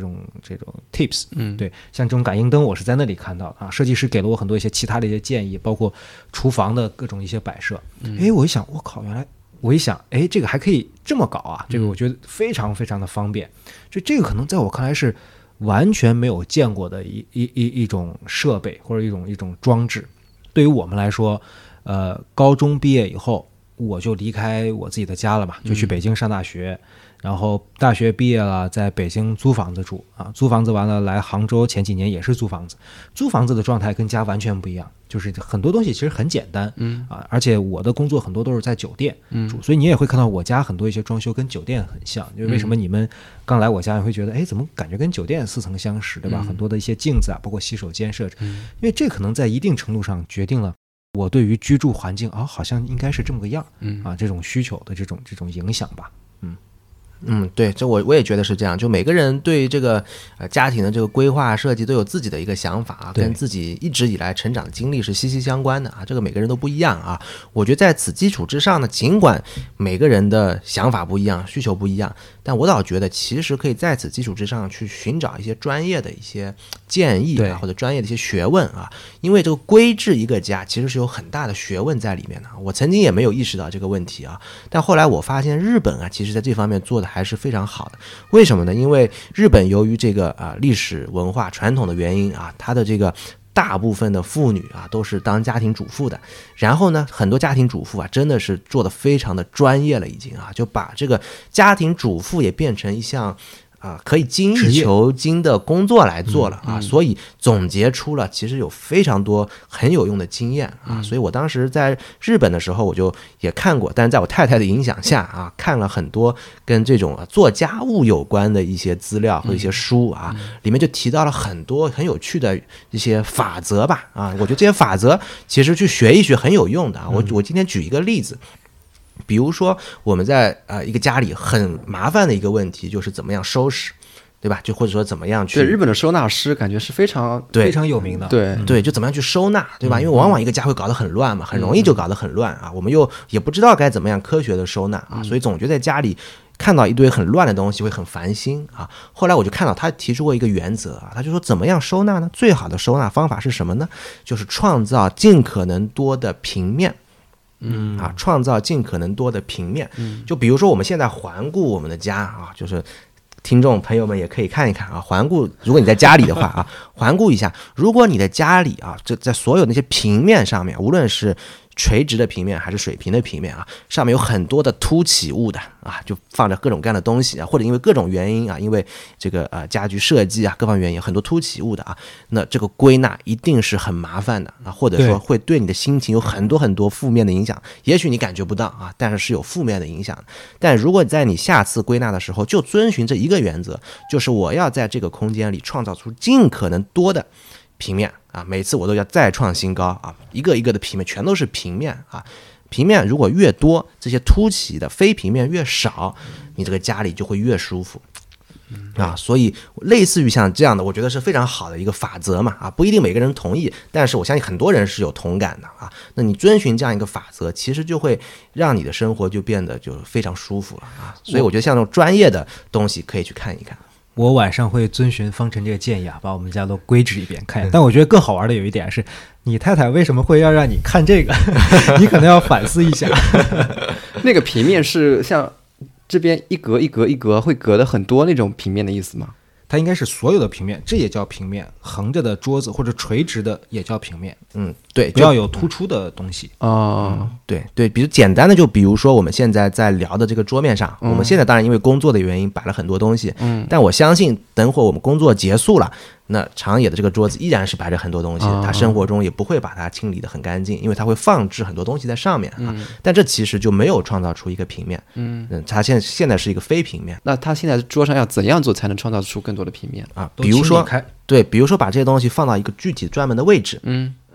tips，对，像这种感应灯我是在那里看到的啊，设计师给了我很多一些其他的一些建议，包括厨房的各种一些摆设，我一想我靠，原来我一想这个还可以这么搞啊，这个我觉得非常非常的方便，就这个可能在我看来是完全没有见过的一种设备或者一种装置。对于我们来说，高中毕业以后我就离开我自己的家了嘛，就去北京上大学，然后大学毕业了，在北京租房子住啊，租房子完了来杭州，前几年也是租房子，租房子的状态跟家完全不一样，就是很多东西其实很简单，而且我的工作很多都是在酒店住，所以你也会看到我家很多一些装修跟酒店很像，就为什么你们刚来我家你会觉得怎么感觉跟酒店似曾相识，对吧？很多的一些镜子啊，包括洗手间设置，因为这可能在一定程度上决定了我对于居住环境好像应该是这么个样，这种需求的这种影响吧， 对，这我也觉得是这样。就每个人对这个家庭的这个规划设计都有自己的一个想法啊，跟自己一直以来成长的经历是息息相关的啊。这个每个人都不一样啊。我觉得在此基础之上呢，尽管每个人的想法不一样，需求不一样，但我倒觉得其实可以在此基础之上去寻找一些专业的一些建议啊，或者专业的一些学问啊。因为这个规制一个家其实是有很大的学问在里面的。我曾经也没有意识到这个问题啊，但后来我发现日本啊，其实在这方面做的还是非常好的。为什么呢？因为日本由于这个历史文化传统的原因啊，它的这个大部分的妇女啊都是当家庭主妇的，然后呢，很多家庭主妇啊真的是做得非常的专业了，已经啊，就把这个家庭主妇也变成一项可以精益求精的工作来做了啊，所以总结出了其实有非常多很有用的经验啊，所以我当时在日本的时候我就也看过，但是在我太太的影响下啊，看了很多跟这种做家务有关的一些资料和一些书啊，里面就提到了很多很有趣的一些法则吧啊，我觉得这些法则其实去学一学很有用的啊，我今天举一个例子。比如说我们在一个家里很麻烦的一个问题就是怎么样收拾，对吧？就或者说怎么样去， 对，日本的收纳师感觉是非常有名的， 对，就怎么样去收纳，对吧？因为往往一个家会搞得很乱嘛，很容易就搞得很乱啊，我们又也不知道该怎么样科学的收纳啊，所以总觉得在家里看到一堆很乱的东西会很烦心啊。后来我就看到他提出过一个原则啊，他就说怎么样收纳呢？最好的收纳方法是什么呢？就是创造尽可能多的平面。创造尽可能多的平面。就比如说我们现在环顾我们的家啊，就是听众朋友们也可以看一看啊，环顾，如果你在家里的话啊，环顾一下，如果你的家里啊，这在所有那些平面上面，无论是垂直的平面还是水平的平面啊，上面有很多的凸起物的啊，就放着各种各样的东西啊，或者因为各种原因啊，因为这个家居设计啊各方面原因，很多凸起物的啊，那这个归纳一定是很麻烦的啊，或者说会对你的心情有很多很多负面的影响，也许你感觉不到啊，但是有负面的影响。但如果在你下次归纳的时候就遵循这一个原则，就是我要在这个空间里创造出尽可能多的平面啊，每次我都要再创新高啊，一个一个的平面全都是平面啊，平面如果越多，这些凸起的非平面越少，你这个家里就会越舒服啊。所以类似于像这样的，我觉得是非常好的一个法则嘛啊，不一定每个人同意，但是我相信很多人是有同感的啊。那你遵循这样一个法则，其实就会让你的生活就变得就非常舒服了啊。所以我觉得像这种专业的东西可以去看一看。 我晚上会遵循方晨这个建议啊，把我们家都规制一遍看。但我觉得更好玩的有一点是，你太太为什么会要让你看这个？你可能要反思一下。 那个平面是像这边一格一格一格会隔的很多那种平面的意思吗？ 它应该是所有的平面，这也叫平面，横着的桌子或者垂直的也叫平面。 对， 不要有突出的东西对，比如简单的，就比如说我们现在在聊的这个桌面上，我们现在当然因为工作的原因摆了很多东西，但我相信等会儿我们工作结束了，那长野的这个桌子依然是摆着很多东西，他生活中也不会把它清理得很干净，因为他会放置很多东西在上面啊。但这其实就没有创造出一个平面，它现在是一个非平面。 那他现在桌上要怎样做才能创造出更多的平面啊？比如说把这些东西放到一个具体专门的位置，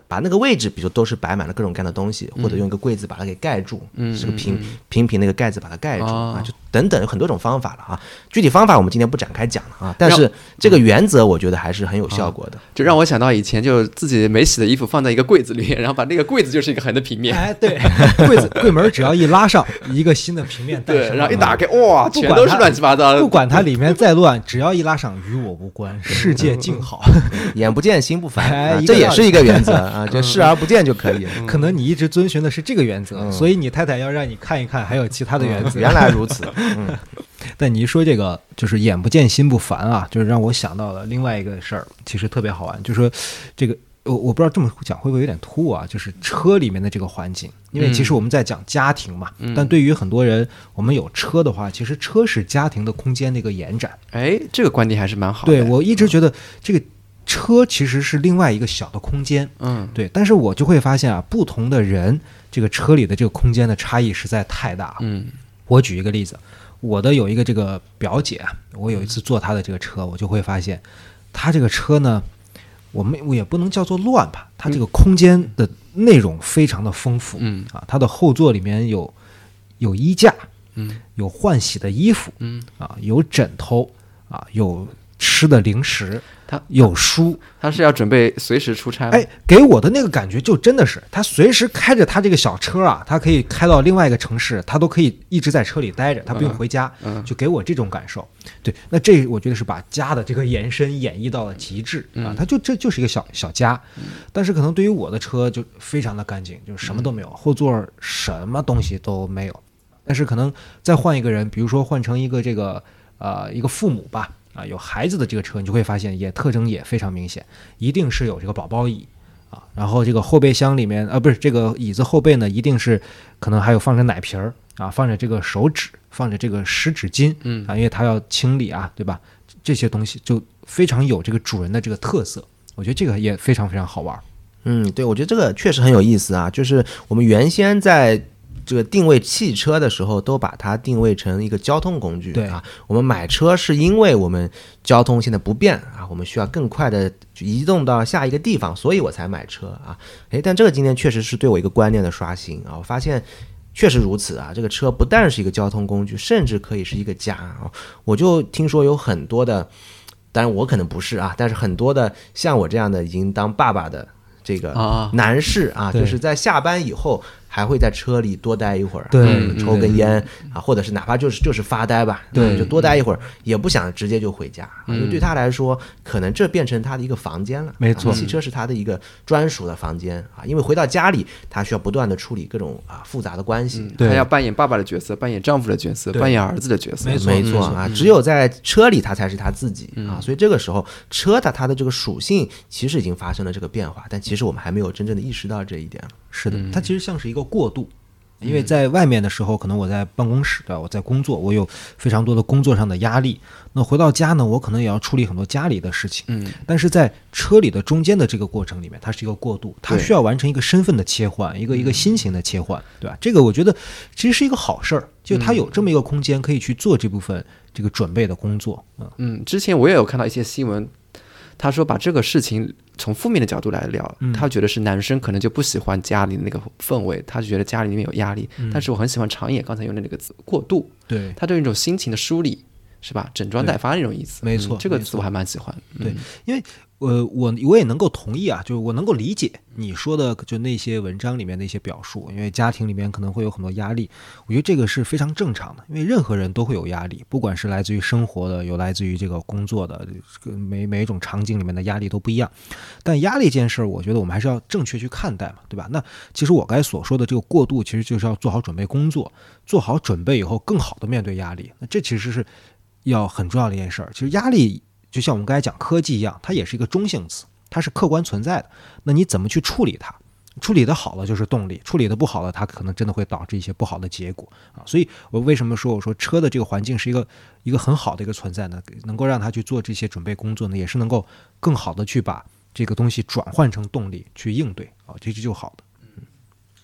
把那个位置，比如说都是摆满了各种各样的东西，或者用一个柜子把它给盖住，是个平那个盖子把它盖住啊，就等等有很多种方法了啊。具体方法我们今天不展开讲了啊，但是这个原则我觉得还是很有效果的。 就让我想到以前就自己没洗的衣服放在一个柜子里，然后把那个柜子就是一个横的平面。 哎，对，柜门只要一拉上，一个新的平面诞生， 对，然后一打开，哇，全都是乱七八糟的。 不管它里面再乱，只要一拉上，与我无关，世界静好。 眼不见心不烦，这也是一个原则啊，就视而不见就可以了。 可能你一直遵循的是这个原则，所以你太太要让你看一看还有其他的原则。 原来如此。 但你一说这个就是眼不见心不烦啊，就是让我想到了另外一个事儿，其实特别好玩，就是说这个我不知道这么讲会不会有点突兀啊，就是车里面的这个环境，因为其实我们在讲家庭嘛，但对于很多人，我们有车的话，其实车是家庭的空间的一个延展。 哎，这个观点还是蛮好的。 对，我一直觉得这个车其实是另外一个小的空间，对，但是我就会发现啊，不同的人这个车里的这个空间的差异实在太大了。我举一个例子，我的有一个这个表姐啊，我有一次坐她的这个车，我就会发现她这个车呢，我也不能叫做乱吧，它这个空间的内容非常的丰富，它的后座里面有衣架，有换洗的衣服，有枕头啊，有吃的零食，他有书， 他是要准备随时出差。 哎，给我的那个感觉就真的是他随时开着他这个小车啊，他可以开到另外一个城市，他都可以一直在车里待着，他不用回家，就给我这种感受。对，那这我觉得是把家的这个延伸演绎到了极致啊，它这就是一个小家，但是可能对于我的车就非常的干净，就是什么都没有，后座什么东西都没有。但是可能再换一个人，比如说换成一个这个一个父母吧。有孩子的这个车，你就会发现特征也非常明显，一定是有这个宝宝椅啊，然后这个后备箱里面不是这个椅子后背呢，一定是可能还有放着奶瓶啊，放着这个手纸，放着这个湿纸巾，因为它要清理啊，对吧？这些东西就非常有这个主人的这个特色，我觉得这个也非常非常好玩。 对，我觉得这个确实很有意思啊，就是我们原先在这个定位汽车的时候，都把它定位成一个交通工具。 对啊，我们买车是因为我们交通现在不便啊，我们需要更快的移动到下一个地方，所以我才买车啊。但这个今天确实是对我一个观念的刷新啊，我发现确实如此啊，这个车不但是一个交通工具，甚至可以是一个家啊。我就听说有很多的，当然我可能不是啊，但是很多的像我这样的已经当爸爸的这个男士啊，就是在下班以后还会在车里多待一会儿， 对， 抽根烟啊，或者是哪怕就是发呆吧， 对， 就多待一会儿，也不想直接就回家，因为对他来说，可能这变成他的一个房间了。 没错， 汽车是他的一个专属的房间啊，因为回到家里，他需要不断的处理各种复杂的关系， 他要扮演爸爸的角色，扮演丈夫的角色，扮演儿子的角色， 没错啊，只有在车里他才是他自己啊，所以这个时候车它的这个属性其实已经发生了这个变化，但其实我们还没有真正的意识到这一点。 是的，它其实像是一个过渡。因为在外面的时候，可能我在办公室，对吧？我在工作，我有非常多的工作上的压力。那回到家呢，我可能也要处理很多家里的事情。但是在车里的中间的这个过程里面，它是一个过渡，它需要完成一个身份的切换，一个心情的切换，对吧？这个我觉得其实是一个好事儿，就它有这么一个空间可以去做这部分这个准备的工作。 之前我也有看到一些新闻。他说把这个事情从负面的角度来聊，他觉得是男生可能就不喜欢家里的那个氛围，他就觉得家里面有压力，但是我很喜欢长野刚才用的那个词过渡， 对， 他对那种心情的梳理是吧，整装待发那种意思， 没错， 这个词我还蛮喜欢。 对，因为我也能够同意啊，就是我能够理解你说的就那些文章里面的一些表述，因为家庭里面可能会有很多压力，我觉得这个是非常正常的，因为任何人都会有压力，不管是来自于生活的，有来自于这个工作的，每一种场景里面的压力都不一样。但压力这件事儿，我觉得我们还是要正确去看待嘛，对吧？那其实我刚才所说的这个过渡，其实就是要做好准备工作，做好准备以后更好的面对压力，那这其实是要很重要的一件事儿。其实压力就像我们刚才讲科技一样，它也是一个中性词，它是客观存在的。那你怎么去处理它？处理的好了就是动力，处理的不好了，它可能真的会导致一些不好的结果啊。所以我为什么说我说车的这个环境是一个很好的一个存在呢？能够让它去做这些准备工作呢，也是能够更好的去把这个东西转换成动力去应对啊，这就好的。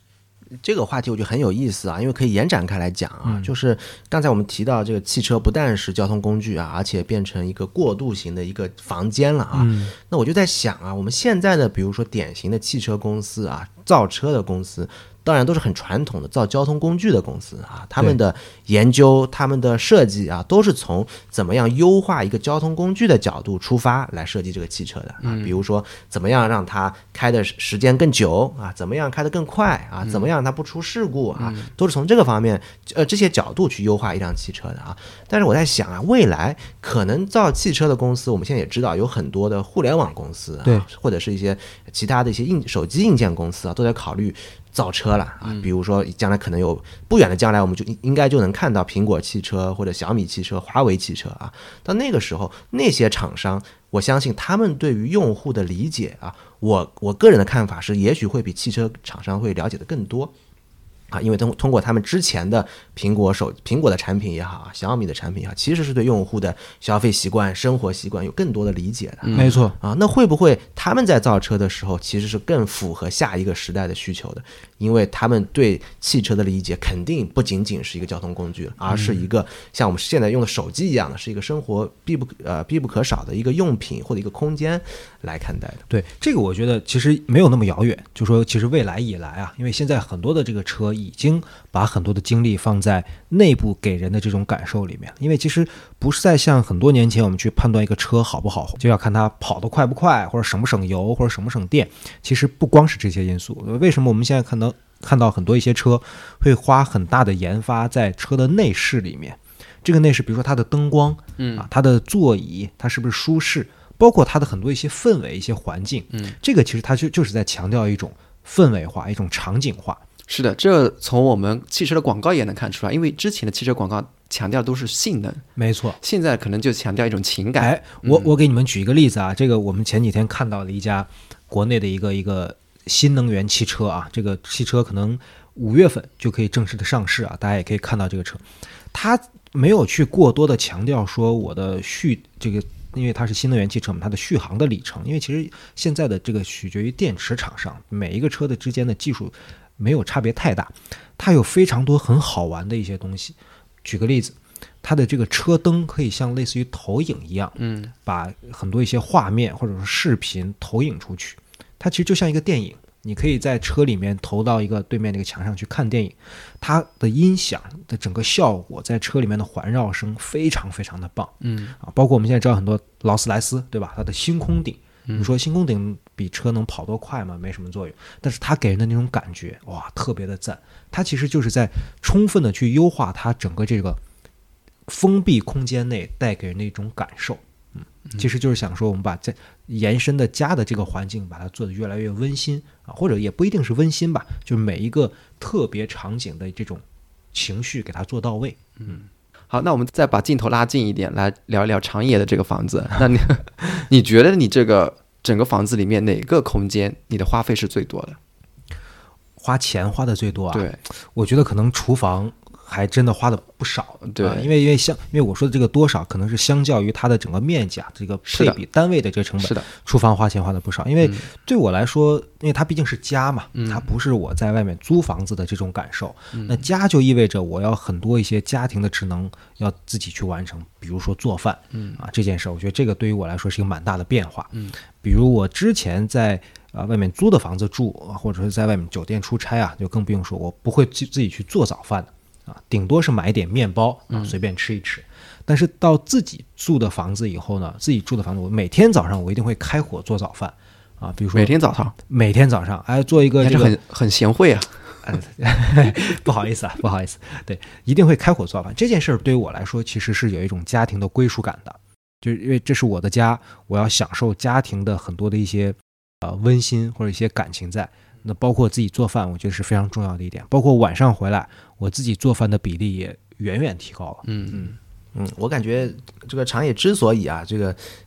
这个话题我觉得很有意思啊，因为可以延展开来讲啊，就是刚才我们提到这个汽车不但是交通工具啊，而且变成一个过渡型的一个房间了啊。那我就在想啊，我们现在的比如说典型的汽车公司啊，造车的公司，当然都是很传统的造交通工具的公司啊，他们的研究、他们的设计啊，都是从怎么样优化一个交通工具的角度出发来设计这个汽车的啊。比如说怎么样让它开的时间更久啊，怎么样开得更快啊，怎么样让它不出事故啊，都是从这个方面这些角度去优化一辆汽车的啊。但是我在想啊，未来可能造汽车的公司，我们现在也知道有很多的互联网公司啊， 对， 或者是一些其他的一些手机硬件公司啊，都在考虑造车了啊，比如说将来可能有不远的将来，我们就应该就能看到苹果汽车或者小米汽车、华为汽车啊。到那个时候，那些厂商，我相信他们对于用户的理解啊，我个人的看法是，也许会比汽车厂商会了解的更多。啊，因为通过他们之前的苹果的产品也好，小米的产品也好，其实是对用户的消费习惯、生活习惯有更多的理解的。 没错啊，那会不会他们在造车的时候其实是更符合下一个时代的需求的？因为他们对汽车的理解肯定不仅仅是一个交通工具，而是一个像我们现在用的手机一样的，是一个生活必不可少的一个用品或者一个空间来看待的。 对，这个我觉得其实没有那么遥远，就说其实未来以来啊，因为现在很多的这个车已经把很多的精力放在内部给人的这种感受里面，因为其实不是在像很多年前我们去判断一个车好不好，就要看它跑得快不快，或者省不省油，或者省不省电。其实不光是这些因素，为什么我们现在看到很多一些车会花很大的研发在车的内饰里面？这个内饰，比如说它的灯光，它的座椅，它是不是舒适，包括它的很多一些氛围、一些环境，这个其实它就是在强调一种氛围化、一种场景化。 是的，这从我们汽车的广告也能看出来，因为之前的汽车广告强调都是性能， 没错， 现在可能就强调一种情感。 哎，我给你们举一个例子啊，这个我们前几天看到了一家国内的一个新能源汽车啊，这个汽车可能5月份就可以正式的上市啊，大家也可以看到这个车，它没有去过多的强调说我的这个。因为它是新能源汽车嘛，它的续航的里程，因为其实现在的这个取决于电池厂商，每一个车的之间的技术没有差别太大，它有非常多很好玩的一些东西。举个例子，它的这个车灯可以像类似于投影一样，把很多一些画面或者是视频投影出去，它其实就像一个电影。你可以在车里面投到一个对面那个墙上去看电影，它的音响的整个效果在车里面的环绕声非常非常的棒，包括我们现在知道很多劳斯莱斯，对吧？它的星空顶，你说星空顶比车能跑多快吗？没什么作用，但是它给人的那种感觉，哇，特别的赞。它其实就是在充分的去优化它整个这个封闭空间内带给人的一种感受。其实就是想说，我们把在延伸的家的这个环境，把它做得越来越温馨啊，或者也不一定是温馨吧，就是每一个特别场景的这种情绪给它做到位。 好，那我们再把镜头拉近一点，来聊一聊长野的这个房子。那你觉得你这个整个房子里面哪个空间你的花费是最多的？ 花钱花的最多啊？ 对， 我觉得可能厨房还真的花的不少， 对， 因为我说的这个多少，可能是相较于它的整个面积啊，这个配比单位的这个成本， 是的， 厨房花钱花的不少。因为对我来说，因为它毕竟是家嘛，它不是我在外面租房子的这种感受。那家就意味着我要很多一些家庭的职能要自己去完成，比如说做饭，这件事，我觉得这个对于我来说是一个蛮大的变化。比如我之前在外面租的房子住，或者是在外面酒店出差啊，就更不用说，我不会自己去做早饭的。顶多是买一点面包随便吃一吃。但是到自己住的房子以后呢，我每天早上我一定会开火做早饭啊，比如说每天早上做一个这个很贤惠啊。 不好意思，对，一定会开火做饭。这件事对于我来说其实是有一种家庭的归属感的，就是因为这是我的家，我要享受家庭的很多的一些温馨或者一些感情在。那包括自己做饭，我觉得是非常重要的一点。包括晚上回来，我自己做饭的比例也远远提高了。 我感觉这个长野之所以这个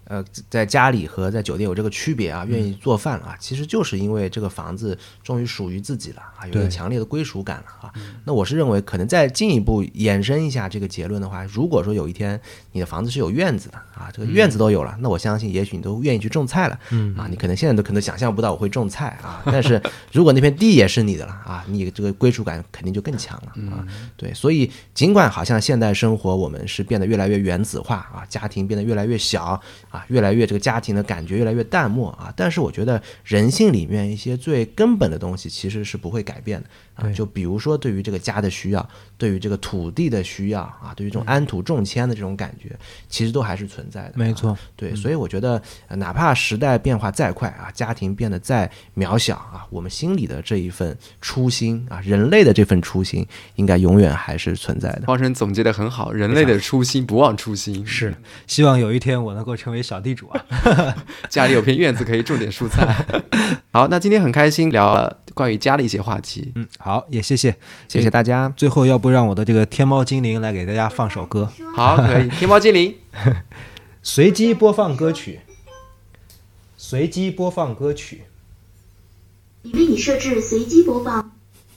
在家里和在酒店有这个区别啊，愿意做饭啊，其实就是因为这个房子终于属于自己了啊，有一个强烈的归属感了啊。那我是认为，可能再进一步延伸一下这个结论的话，如果说有一天你的房子是有院子的啊，这个院子都有了，那我相信也许你都愿意去种菜了啊。你可能现在都可能想象不到我会种菜啊，但是如果那片地也是你的了啊，你这个归属感肯定就更强了啊。对，所以尽管好像现代生活我们是变得越来越原子化啊，家庭变得越来越小啊，越来越这个家庭的感觉越来越淡漠啊，但是我觉得人性里面一些最根本的东西其实是不会改变的啊。就比如说对于这个家的需要，对于这个土地的需要啊，对于这种安土重迁的这种感觉，其实都还是存在的。 没错， 对，所以我觉得哪怕时代变化再快啊，家庭变得再渺小啊，我们心里的这一份初心啊，人类的这份初心，应该永远还是存在的。 方生总结得很好，人类的初心不忘初心。 是，希望有一天我能够成为小地主啊， 家里有片院子可以种点蔬菜。好，那今天很开心聊了关于家的一些话题。 好，也谢谢大家。 最后，要不让我的这个天猫精灵来给大家放首歌？ 好，可以。天猫精灵， 随机播放歌曲。随机播放歌曲。 已为你设置随机播放。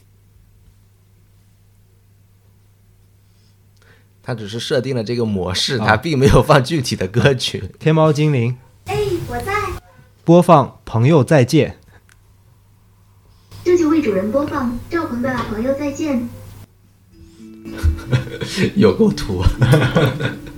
它只是设定了这个模式，它并没有放具体的歌曲。 天猫精灵， 哎，我在。 播放《朋友再见》。 这就为主人播放赵鹏的《朋友再见》。 有够土。